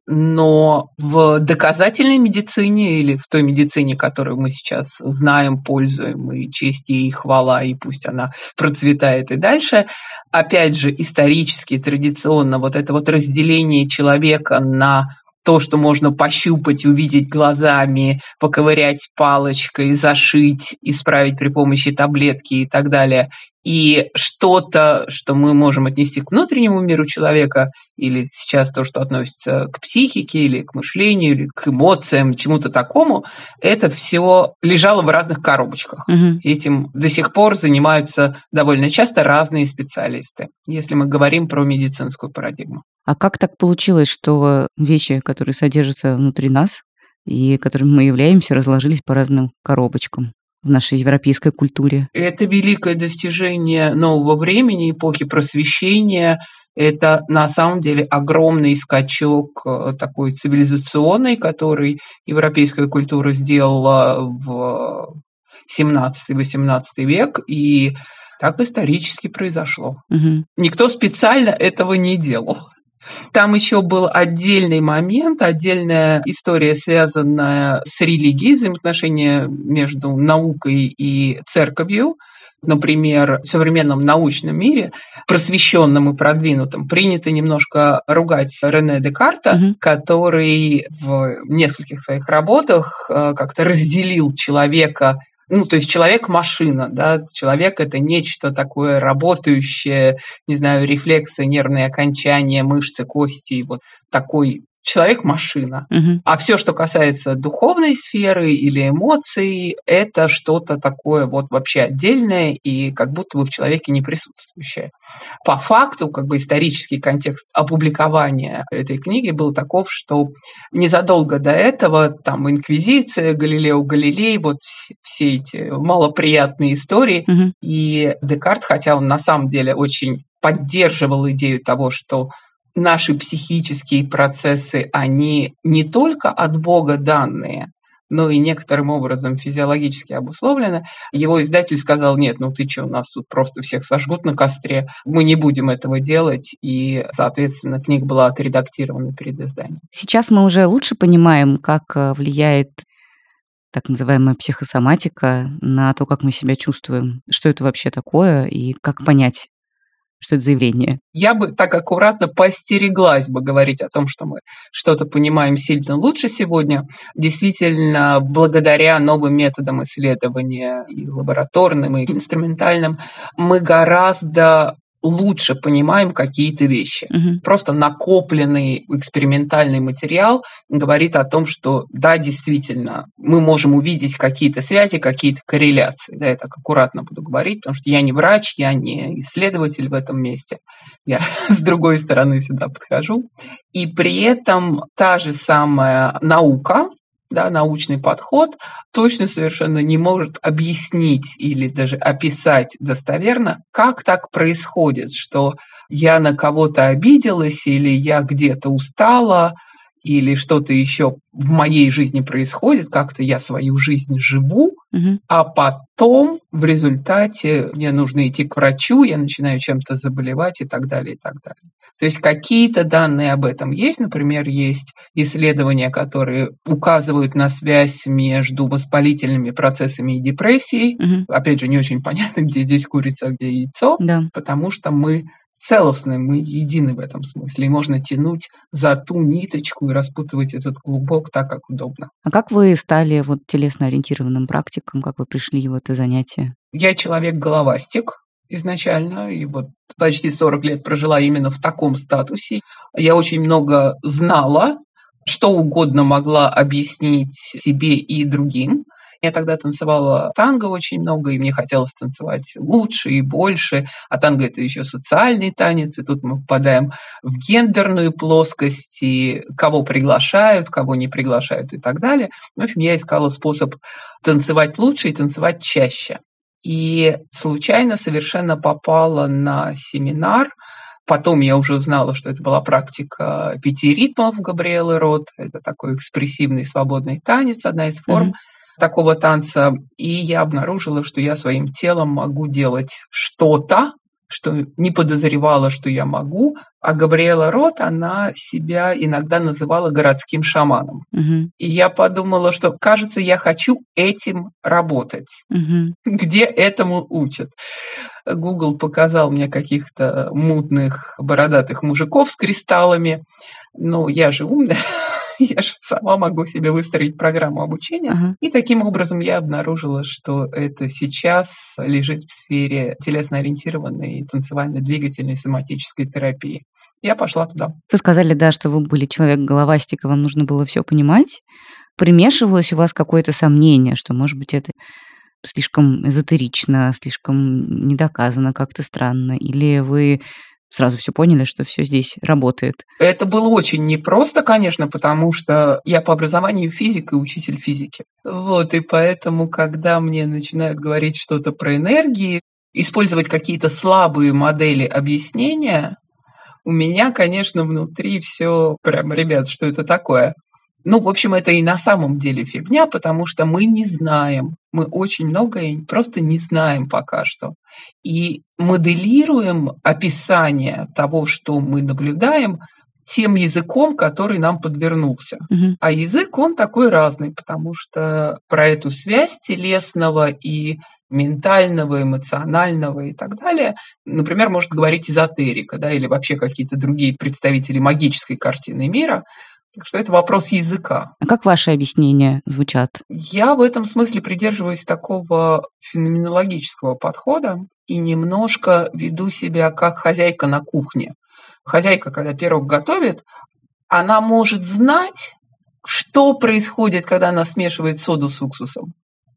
но в доказательной медицине или в той медицине, которую мы сейчас знаем, пользуем, и честь ей, и хвала, и пусть она процветает и дальше, опять же, исторически, традиционно вот это вот разделение человека на то, что можно пощупать, увидеть глазами, поковырять палочкой, зашить, исправить при помощи таблетки и так далее, и что-то, что мы можем отнести к внутреннему миру человека, или сейчас то, что относится к психике, или к мышлению, или к эмоциям, чему-то такому, это все лежало в разных коробочках. Угу. Этим до сих пор занимаются довольно часто разные специалисты, если мы говорим про медицинскую парадигму. А как так получилось, что вещи, которые содержатся внутри нас и которыми мы являемся, разложились по разным коробочкам в нашей европейской культуре? Это великое достижение нового времени, эпохи просвещения. Это на самом деле огромный скачок такой цивилизационный, который европейская культура сделала в 17-18 век, и так исторически произошло. Угу. Никто специально этого не делал. Там еще был отдельный момент, отдельная история, связанная с религией, взаимоотношения между наукой и церковью. Например, в современном научном мире, просвещенном и продвинутом, принято немножко ругать Рене Декарта, который в нескольких своих работах как-то разделил человека. То есть человек-машина, да, человек – это нечто такое работающее, не знаю, рефлексы, нервные окончания, мышцы, кости, вот такой человек-машина. А все, что касается духовной сферы или эмоций, это что-то такое вот вообще отдельное и как будто бы в человеке не присутствующее. По факту, как бы исторический контекст опубликования этой книги был таков, что незадолго до этого там инквизиция, Галилео Галилей, вот все эти малоприятные истории, и Декарт, хотя он на самом деле очень поддерживал идею того, что наши психические процессы, они не только от Бога данные, но и некоторым образом физиологически обусловлены. Его издатель сказал: нет, ты что, у нас тут просто всех сожгут на костре, мы не будем этого делать, и, соответственно, книга была отредактирована перед изданием. Сейчас мы уже лучше понимаем, как влияет так называемая психосоматика на то, как мы себя чувствуем, что это вообще такое и как понять, что это за явление. Я бы так аккуратно поостереглась бы говорить о том, что мы что-то понимаем сильно лучше сегодня. Действительно, благодаря новым методам исследования и лабораторным, и инструментальным, мы гораздо лучше понимаем какие-то вещи. Просто накопленный экспериментальный материал говорит о том, что да, действительно, мы можем увидеть какие-то связи, какие-то корреляции. Да, я так аккуратно буду говорить, потому что я не врач, я не исследователь в этом месте. Я с другой стороны сюда подхожу. И при этом та же самая наука, да, научный подход точно совершенно не может объяснить или даже описать достоверно, как так происходит, что я на кого-то обиделась, или я где-то устала, или что-то еще в моей жизни происходит, как-то я свою жизнь живу, а потом в результате мне нужно идти к врачу, я начинаю чем-то заболевать и так далее, и так далее. То есть какие-то данные об этом есть. Например, есть исследования, которые указывают на связь между воспалительными процессами и депрессией. Опять же, не очень понятно, где здесь курица, а где яйцо, Да. потому что мы целостны, мы едины в этом смысле. И можно тянуть за ту ниточку и распутывать этот клубок так, как удобно. А как вы стали вот телесно-ориентированным практиком? Как вы пришли в это занятие? Я человек-головастик изначально, и вот почти 40 лет прожила именно в таком статусе. Я очень много знала, что угодно могла объяснить себе и другим. Я тогда танцевала танго очень много, и мне хотелось танцевать лучше и больше. А танго – это еще социальный танец, и тут мы попадаем в гендерную плоскость, и кого приглашают, кого не приглашают и так далее. В общем, я искала способ танцевать лучше и танцевать чаще. И случайно совершенно попала на семинар. Потом я уже узнала, что это была практика 5 ритмов Габриэлы Рот. Это такой экспрессивный свободный танец, одна из форм такого танца. И я обнаружила, что я своим телом могу делать что-то, что не подозревала, что я могу. А Габриэла Рот, она себя иногда называла городским шаманом. И я подумала, что, кажется, я хочу этим работать. Где этому учат? Google показал мне каких-то мутных бородатых мужиков с кристаллами. Ну, я же умная. Я же сама могу себе выстроить программу обучения. И таким образом я обнаружила, что это сейчас лежит в сфере телесно-ориентированной, танцевально-двигательной, соматической терапии. Я пошла туда. Вы сказали, да, что вы были человек-головастик, и вам нужно было все понимать. Примешивалось у вас какое-то сомнение, что, может быть, это слишком эзотерично, слишком недоказано, как-то странно? Или вы сразу все поняли, что все здесь работает? Это было очень непросто, конечно, потому что я по образованию физик и учитель физики. Вот, и поэтому, когда мне начинают говорить что-то про энергии, использовать какие-то слабые модели объяснения, у меня, конечно, внутри все прям, ребят, что это такое? Ну, в общем, это и на самом деле фигня, потому что мы не знаем. Мы очень многое просто не знаем пока что. И моделируем описание того, что мы наблюдаем, тем языком, который нам подвернулся. А язык, он такой разный, потому что про эту связь телесного и ментального, эмоционального и так далее, например, может говорить эзотерика, да, или вообще какие-то другие представители магической картины мира. Так что это вопрос языка. А как ваши объяснения звучат? Я в этом смысле придерживаюсь такого феноменологического подхода и немножко веду себя как хозяйка на кухне. Хозяйка, когда пирог готовит, она может знать, что происходит, когда она смешивает соду с уксусом,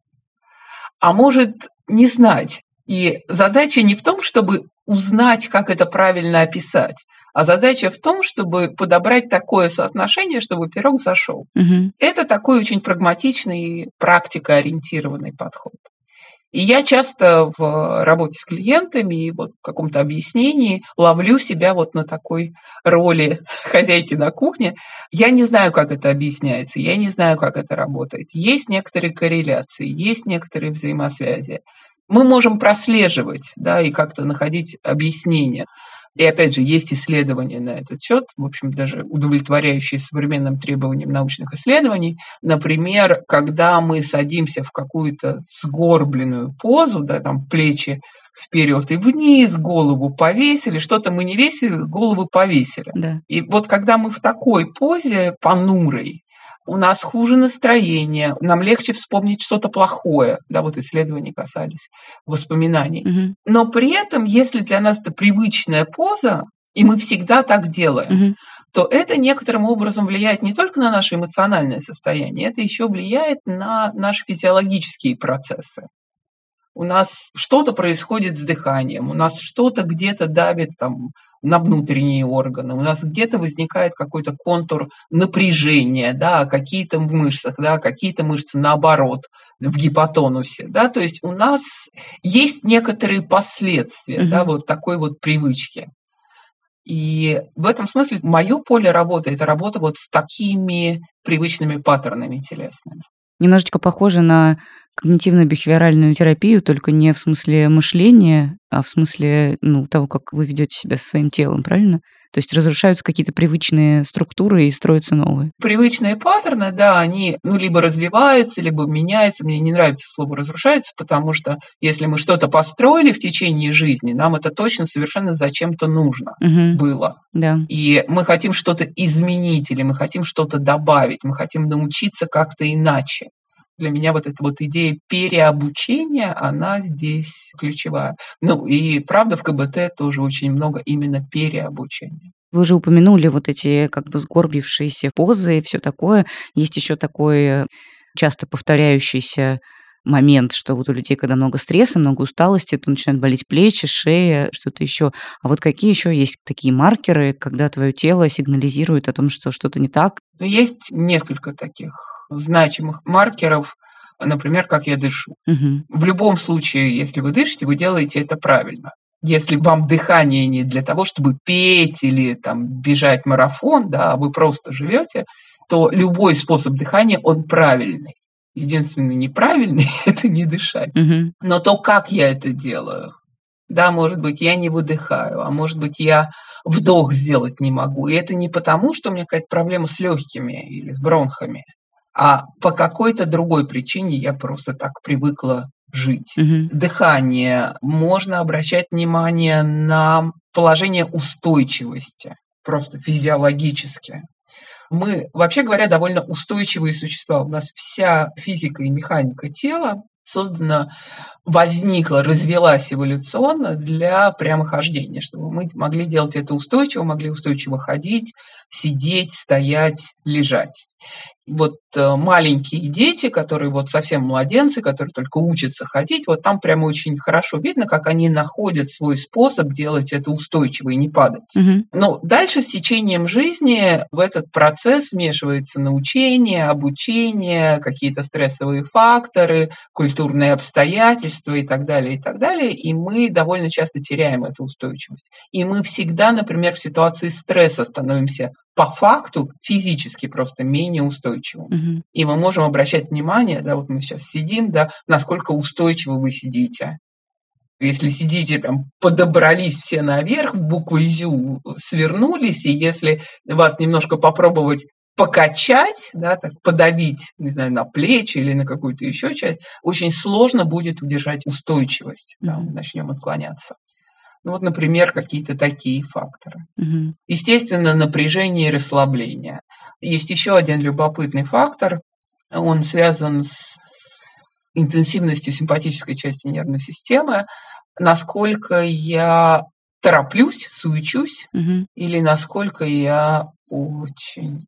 а может не знать. И задача не в том, чтобы узнать, как это правильно описать, а задача в том, чтобы подобрать такое соотношение, чтобы пирог зашел. Это такой очень прагматичный, практикоориентированный подход. И я часто в работе с клиентами и вот в каком-то объяснении ловлю себя вот на такой роли хозяйки на кухне. Я не знаю, как это объясняется, я не знаю, как это работает. Есть некоторые корреляции, есть некоторые взаимосвязи. Мы можем прослеживать, да, и как-то находить объяснения. И опять же, есть исследования на этот счет, в общем, даже удовлетворяющие современным требованиям научных исследований. Например, когда мы садимся в какую-то сгорбленную позу, да, там плечи вперед и вниз, голову повесили, что-то мы не весили, голову повесили. Да. И вот когда мы в такой позе понурой, у нас хуже настроение, нам легче вспомнить что-то плохое. Да, вот исследования касались воспоминаний. Но при этом, если для нас это привычная поза, и мы всегда так делаем, то это некоторым образом влияет не только на наше эмоциональное состояние, это еще влияет на наши физиологические процессы. У нас что-то происходит с дыханием, у нас что-то где-то давит там на внутренние органы, у нас где-то возникает какой-то контур напряжения, да, какие-то в мышцах, да, какие-то мышцы наоборот, в гипотонусе, да, то есть у нас есть некоторые последствия, да, вот такой вот привычки. И в этом смысле мое поле работы – это работа вот с такими привычными паттернами телесными. Немножечко похоже на когнитивно-бихевиоральную терапию, только не в смысле мышления, а в смысле того, как вы ведете себя со своим телом, правильно? То есть разрушаются какие-то привычные структуры и строятся новые. Привычные паттерны, да, они либо развиваются, либо меняются. Мне не нравится слово «разрушаются», потому что если мы что-то построили в течение жизни, нам это точно совершенно зачем-то нужно было. Да. И мы хотим что-то изменить или мы хотим что-то добавить, мы хотим научиться как-то иначе. Для меня вот эта вот идея переобучения, она здесь ключевая. И правда, в КБТ тоже очень много именно переобучения. Вы уже упомянули вот эти сгорбившиеся позы и все такое. Есть еще такой часто повторяющийся момент, что вот у людей, когда много стресса, много усталости, то начинают болеть плечи, шея, что-то еще. А вот какие еще есть такие маркеры, когда твое тело сигнализирует о том, что что-то не так? Есть несколько таких значимых маркеров, например, как я дышу. В любом случае, если вы дышите, вы делаете это правильно. Если вам дыхание не для того, чтобы петь или бежать марафон, а вы просто живете, то любой способ дыхания, он правильный. Единственное неправильный – это не дышать. Но то, как я это делаю, да, может быть, я не выдыхаю, а может быть, я вдох сделать не могу. И это не потому, что у меня какая-то проблема с легкими или с бронхами, а по какой-то другой причине я просто так привыкла жить. Дыхание. Можно обращать внимание на положение устойчивости, просто физиологически. Мы, вообще говоря, довольно устойчивые существа. У нас вся физика и механика тела возникла, развилась эволюционно для прямохождения, чтобы мы могли делать это устойчиво, могли устойчиво ходить, сидеть, стоять, лежать. Вот маленькие дети, которые совсем младенцы, которые только учатся ходить, там прямо очень хорошо видно, как они находят свой способ делать это устойчиво и не падать. Но дальше с течением жизни в этот процесс вмешивается научение, обучение, какие-то стрессовые факторы, культурные обстоятельства и так далее, и мы довольно часто теряем эту устойчивость. И мы всегда, например, в ситуации стресса становимся по факту физически просто менее устойчивым. И мы можем обращать внимание, мы сейчас сидим, насколько устойчиво вы сидите. Если сидите, подобрались все наверх, буквой «зю» свернулись, и если вас немножко попробовать покачать, так подавить, не знаю, на плечи или на какую-то еще часть, очень сложно будет удержать устойчивость, мы начнем отклоняться. Например, какие-то такие факторы. Естественно, напряжение и расслабление. Есть еще один любопытный фактор. Он связан с интенсивностью симпатической части нервной системы. Насколько я тороплюсь, суечусь, или насколько я очень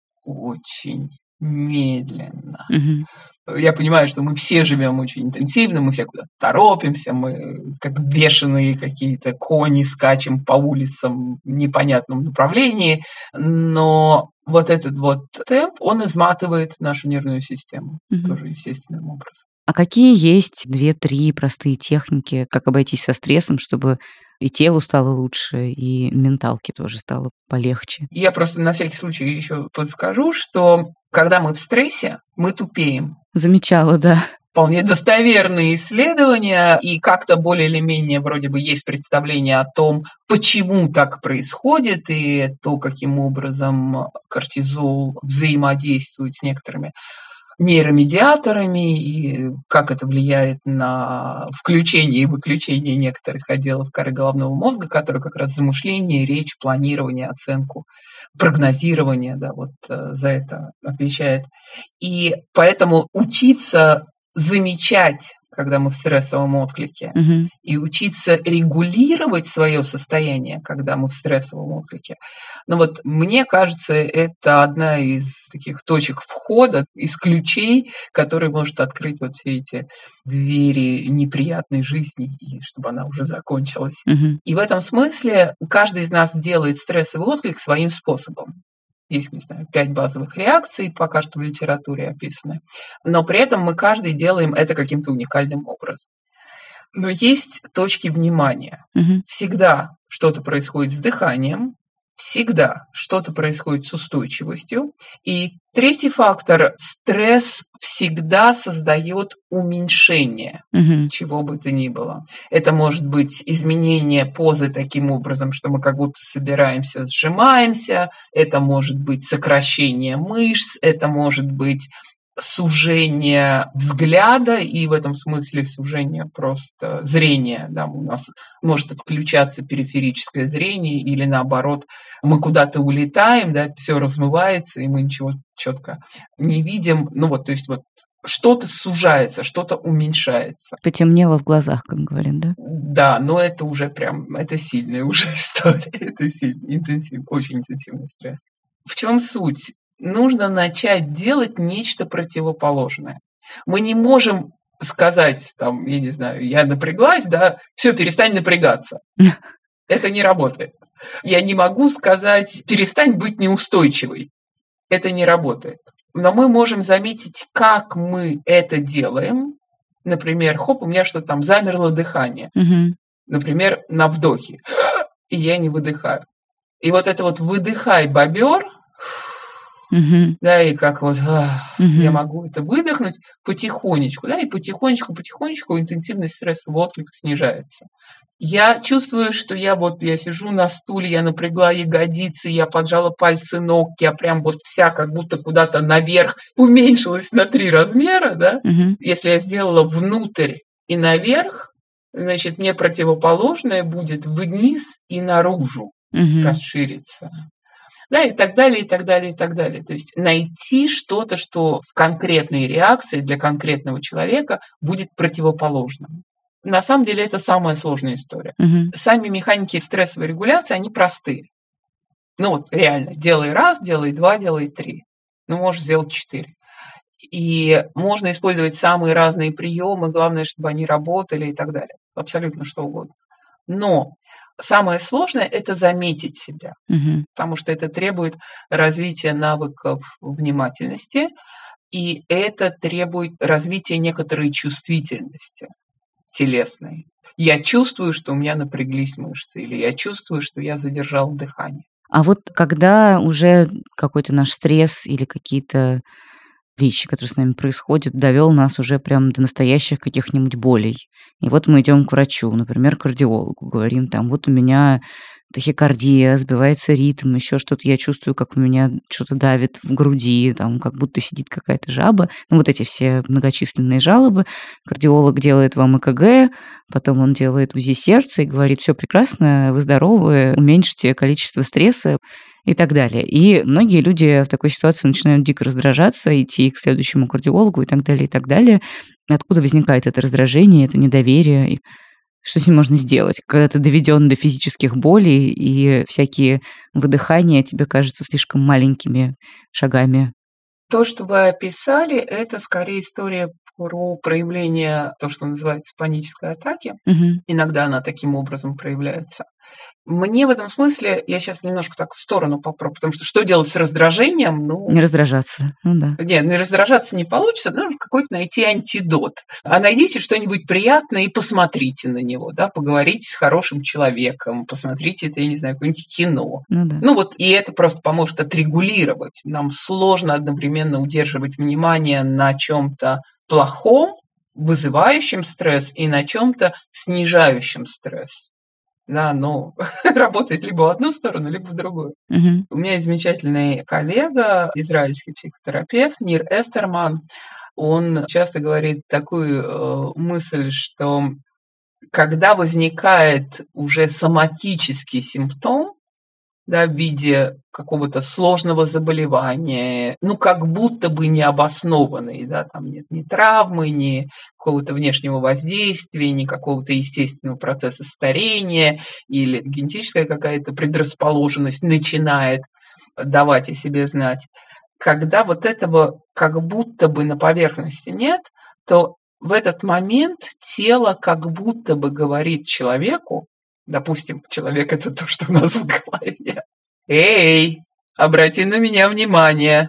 медленно. Я понимаю, что мы все живем очень интенсивно, мы все куда-то торопимся, мы как бешеные какие-то кони скачем по улицам в непонятном направлении, но этот темп, он изматывает нашу нервную систему тоже естественным образом. А какие есть 2-3 простые техники, как обойтись со стрессом, чтобы и телу стало лучше, и менталке тоже стало полегче? Я просто на всякий случай еще подскажу, что когда мы в стрессе, мы тупеем. Замечала, да. Вполне достоверные исследования, и как-то более или менее вроде бы есть представление о том, почему так происходит, и то, каким образом кортизол взаимодействует с некоторыми нейромедиаторами, и как это влияет на включение и выключение некоторых отделов коры головного мозга, которые как раз за мышление, речь, планирование, оценку, прогнозирование, за это отвечает. И поэтому учиться замечать, когда мы в стрессовом отклике, и учиться регулировать свое состояние, когда мы в стрессовом отклике. Мне кажется, это одна из таких точек входа, из ключей, который может открыть все эти двери неприятной жизни, и чтобы она уже закончилась. И в этом смысле каждый из нас делает стрессовый отклик своим способом. Есть, 5 базовых реакций, пока что в литературе описаны. Но при этом мы каждый делаем это каким-то уникальным образом. Но есть точки внимания. Всегда что-то происходит с дыханием, всегда что-то происходит с устойчивостью. И третий фактор – стресс всегда создает уменьшение чего бы то ни было. Это может быть изменение позы таким образом, что мы как будто собираемся, сжимаемся. Это может быть сокращение мышц. Это может быть сужение взгляда и в этом смысле сужение просто зрения. Да, у нас может отключаться периферическое зрение или наоборот мы куда-то улетаем, да, все размывается и мы ничего четко не видим. То есть что-то сужается, что-то уменьшается. Потемнело в глазах, как говорят, да? Да, но это уже это сильная уже история, это сильный, очень интенсивный стресс. В чем суть? Нужно начать делать нечто противоположное. Мы не можем сказать, я не знаю, я напряглась, да, все, перестань напрягаться. Это не работает. Я не могу сказать, перестань быть неустойчивой. Это не работает. Но мы можем заметить, как мы это делаем. Например, у меня что-то там замерло дыхание. Например, на вдохе. И я не выдыхаю. И это выдыхай, бобер. Да, и как я могу это выдохнуть потихонечку, да, и потихонечку интенсивность стрессового отклика снижается. Я чувствую, что я сижу на стуле, я напрягла ягодицы, я поджала пальцы ног, я прям вся как будто куда-то наверх уменьшилась на 3 размера, да. Если я сделала внутрь и наверх, значит, мне противоположное будет вниз и наружу расшириться. Да, и так далее, и так далее, и так далее. То есть найти что-то, что в конкретной реакции для конкретного человека будет противоположным. На самом деле это самая сложная история. Сами механики стрессовой регуляции, они простые. Реально, делай 1, делай 2, делай 3. Можешь сделать 4. И можно использовать самые разные приемы, главное, чтобы они работали и так далее. Абсолютно что угодно. Но самое сложное – это заметить себя, потому что это требует развития навыков внимательности, и это требует развития некоторой чувствительности телесной. Я чувствую, что у меня напряглись мышцы, или я чувствую, что я задержал дыхание. А когда уже какой-то наш стресс или какие-то вещи, которые с нами происходят, довел нас уже прям до настоящих каких-нибудь болей. И мы идем к врачу, например, к кардиологу, говорим, у меня тахикардия, сбивается ритм, еще что-то, я чувствую, как у меня что-то давит в груди, как будто сидит какая-то жаба. Эти все многочисленные жалобы. Кардиолог делает вам ЭКГ, потом он делает УЗИ сердца и говорит, все прекрасно, вы здоровы, уменьшите количество стресса и так далее. И многие люди в такой ситуации начинают дико раздражаться, идти к следующему кардиологу и так далее, и так далее. Откуда возникает это раздражение, это недоверие? Что с ним можно сделать, когда ты доведен до физических болей, и всякие выдыхания тебе кажутся слишком маленькими шагами? То, что вы описали, это скорее история про проявление, то, что называется панической атаки. Иногда она таким образом проявляется. Мне в этом смысле, я сейчас немножко так в сторону попробую, потому что делать с раздражением? Не раздражаться. Да. Нет, не раздражаться не получится, нужно какой-то найти антидот. А найдите что-нибудь приятное и посмотрите на него, да, поговорите с хорошим человеком, посмотрите это, я не знаю, какое-нибудь кино. Да. И это просто поможет отрегулировать. Нам сложно одновременно удерживать внимание на чем-то плохом, вызывающем стресс, и на чем-то снижающем стресс. Да, но работает либо в одну сторону, либо в другую. У меня есть замечательный коллега, израильский психотерапевт Нир Эстерман. Он часто говорит такую мысль, что когда возникает уже соматический симптом, да, в виде какого-то сложного заболевания, как будто бы необоснованный, да, там нет ни травмы, ни какого-то внешнего воздействия, ни какого-то естественного процесса старения или генетическая какая-то предрасположенность начинает давать о себе знать. Когда этого как будто бы на поверхности нет, то в этот момент тело как будто бы говорит человеку, допустим, человек – это то, что у нас в голове. Эй, обрати на меня внимание.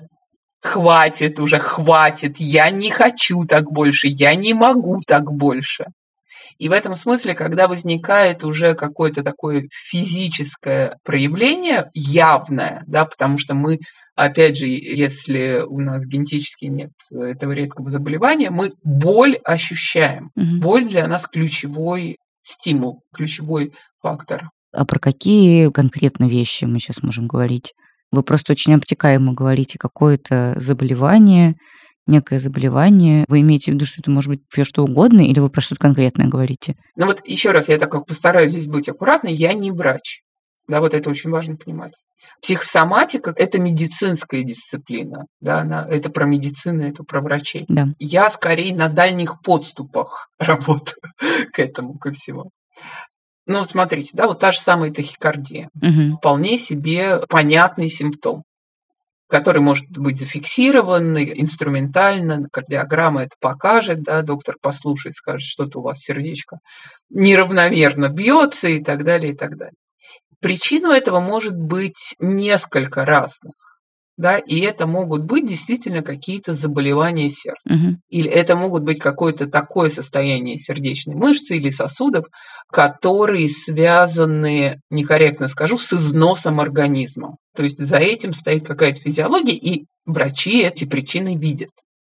Хватит уже, хватит. Я не хочу так больше, я не могу так больше. И в этом смысле, когда возникает уже какое-то такое физическое проявление, явное, да, потому что мы, опять же, если у нас генетически нет этого редкого заболевания, мы боль ощущаем. Боль для нас ключевой стимул, ключевой фактор. А про какие конкретно вещи мы сейчас можем говорить? Вы просто очень обтекаемо говорите какое-то заболевание, некое заболевание. Вы имеете в виду, что это может быть все что угодно, или вы про что-то конкретное говорите? Ну вот еще раз, я так постараюсь здесь быть аккуратной, я не врач. Да, вот это очень важно понимать. Психосоматика – это медицинская дисциплина, да, это про медицину, это про врачей. Да. Я скорее на дальних подступах работаю к этому, ко всему. Ну, смотрите, да, вот та же самая тахикардия. Вполне себе понятный симптом, который может быть зафиксирован инструментально, кардиограмма это покажет, да, доктор послушает, скажет, что-то у вас сердечко неравномерно бьется и так далее, и так далее. Причину этого может быть несколько разных, да, и это могут быть действительно какие-то заболевания сердца. Или это могут быть какое-то такое состояние сердечной мышцы или сосудов, которые связаны, некорректно скажу, с износом организма. То есть за этим стоит какая-то физиология, и врачи эти причины видят.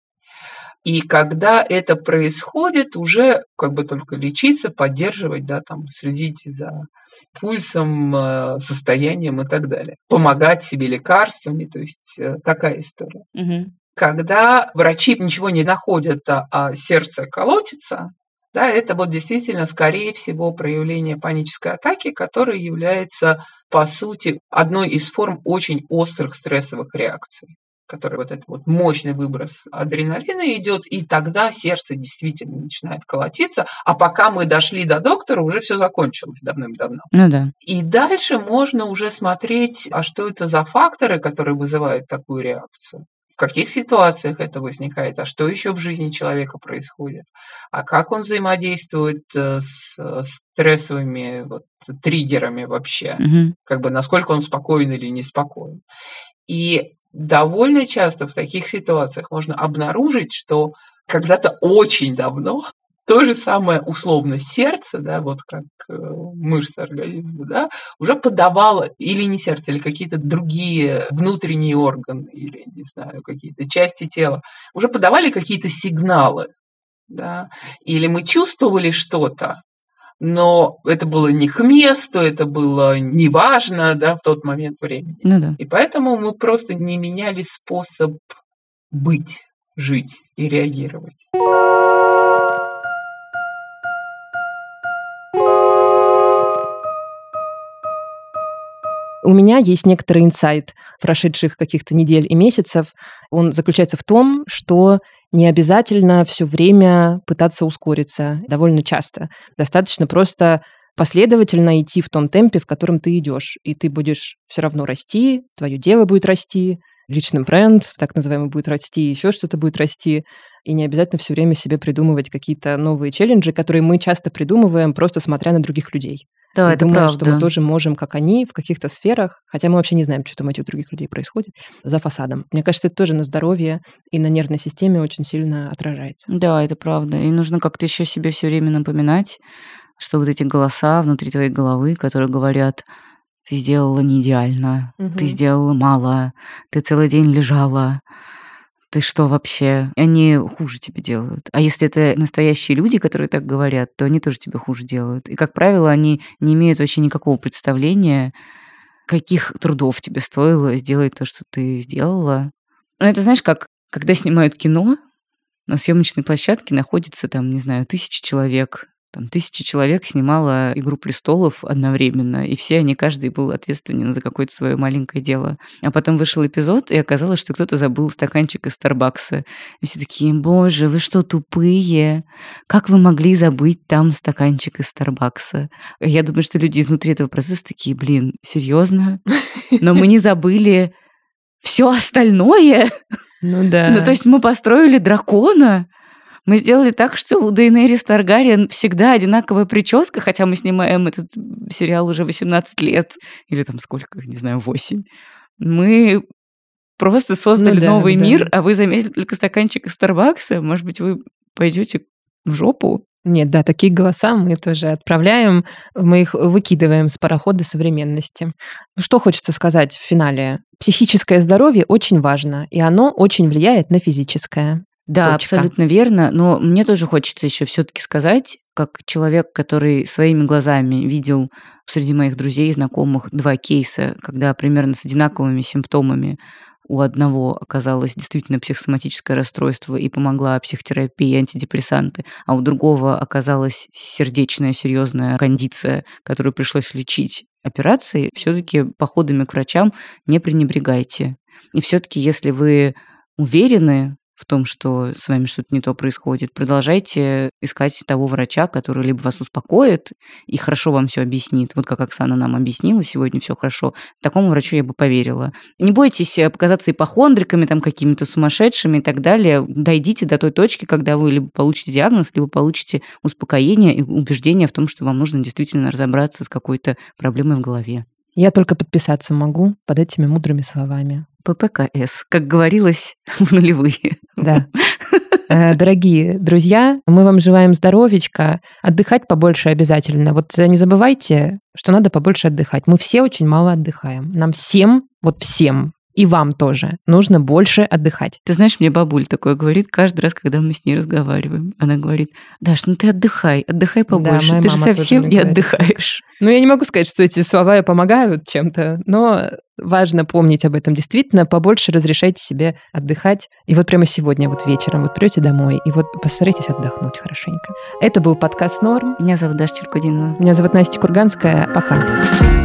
И когда это происходит, уже как бы только лечиться, поддерживать, да, там, следить за пульсом, состоянием и так далее. Помогать себе лекарствами, то есть такая история. Когда врачи ничего не находят, а сердце колотится, да, это вот действительно, скорее всего, проявление панической атаки, которая является, по сути, одной из форм очень острых стрессовых реакций, который вот этот вот мощный выброс адреналина идет, и тогда сердце действительно начинает колотиться, а пока мы дошли до доктора, уже все закончилось давным-давно. Ну да. И дальше можно уже смотреть, а что это за факторы, которые вызывают такую реакцию. В каких ситуациях это возникает, а что еще в жизни человека происходит, а как он взаимодействует с стрессовыми вот триггерами вообще, как бы насколько он спокоен или неспокоен. И довольно часто в таких ситуациях можно обнаружить, что когда-то очень давно то же самое условно сердце, да, вот как мышца организма, да, уже подавало, или не сердце, или какие-то другие внутренние органы, или, не знаю, какие-то части тела, уже подавали какие-то сигналы, да, или мы чувствовали что-то, но это было не к месту, это было неважно, да, в тот момент времени. Ну да. И поэтому мы просто не меняли способ быть, жить и реагировать. У меня есть некоторый инсайт прошедших каких-то недель и месяцев. Он заключается в том, что не обязательно все время пытаться ускориться, довольно часто. Достаточно просто последовательно идти в том темпе, в котором ты идешь. И ты будешь все равно расти, твое дело будет расти, личный бренд, так называемый, будет расти, еще что-то будет расти. И не обязательно все время себе придумывать какие-то новые челленджи, которые мы часто придумываем, просто смотря на других людей. Да, и это думаю, правда. что мы тоже можем, как они, в каких-то сферах, хотя мы вообще не знаем, что там у этих других людей происходит, за фасадом. Мне кажется, это тоже на здоровье и на нервной системе очень сильно отражается. Да, это правда. И нужно как-то еще себе все время напоминать, что вот эти голоса внутри твоей головы, которые говорят: ты сделала не идеально, ты сделала мало, ты целый день лежала, ты что вообще? Они хуже тебе делают. А если это настоящие люди, которые так говорят, то они тоже тебе хуже делают. И, как правило, они не имеют вообще никакого представления, каких трудов тебе стоило сделать то, что ты сделала. Ну, это знаешь, как когда снимают кино, на съемочной площадке находится там, не знаю, 1000 человек. Там 1000 человек снимало «Игру престолов» одновременно, и все они, каждый был ответственен за какое-то свое маленькое дело. А потом вышел эпизод, и оказалось, что кто-то забыл стаканчик из Старбакса. И все такие: боже, вы что, тупые? Как вы могли забыть там стаканчик из Старбакса? Я думаю, что люди изнутри этого процесса такие: блин, серьезно? Но мы не забыли все остальное? Ну да. Ну то есть мы построили дракона? Мы сделали так, что у Дейенерис Таргариен всегда одинаковая прическа, хотя мы снимаем этот сериал уже 18 лет. Или там сколько, не знаю, 8. Мы просто создали новый мир, а вы заметили только стаканчик из Старбакса. Может быть, вы пойдете в жопу? Нет, да, такие голоса мы тоже отправляем, мы их выкидываем с парохода современности. Что хочется сказать в финале? Психическое здоровье очень важно, и оно очень влияет на физическое. Да, Точка. абсолютно верно, но мне тоже хочется еще все-таки сказать, как человек, который своими глазами видел среди моих друзей и знакомых 2 кейса, когда примерно с одинаковыми симптомами у одного оказалось действительно психосоматическое расстройство и помогла психотерапия и антидепрессанты, а у другого оказалась сердечная серьезная кондиция, которую пришлось лечить операцией, все-таки походами к врачам не пренебрегайте. И все-таки, если вы уверены в том, что с вами что-то не то происходит, продолжайте искать того врача, который либо вас успокоит и хорошо вам все объяснит. Вот как Оксана нам объяснила, сегодня все хорошо. Такому врачу я бы поверила. Не бойтесь показаться ипохондриками, там, какими-то сумасшедшими и так далее. Дойдите до той точки, когда вы либо получите диагноз, либо получите успокоение и убеждение в том, что вам нужно действительно разобраться с какой-то проблемой в голове. Я только подписаться могу под этими мудрыми словами. ППКС, как говорилось в нулевые. Да. Дорогие друзья, мы вам желаем здоровечка, отдыхать побольше обязательно. Вот не забывайте, что надо побольше отдыхать. Мы все очень мало отдыхаем. Нам всем, вот всем, и вам тоже, нужно больше отдыхать. Ты знаешь, мне бабуль такое говорит каждый раз, когда мы с ней разговариваем. Она говорит: Даш, ну ты отдыхай побольше, Да, ты же совсем не отдыхаешь. Ну, я не могу сказать, что эти слова помогают чем-то, но важно помнить об этом. Действительно, побольше разрешайте себе отдыхать. И вот прямо сегодня, вот вечером, вот придете домой, и вот постарайтесь отдохнуть хорошенько. Это был подкаст «Норм». Меня зовут Даша Черкудинова. Меня зовут Настя Курганская. Пока.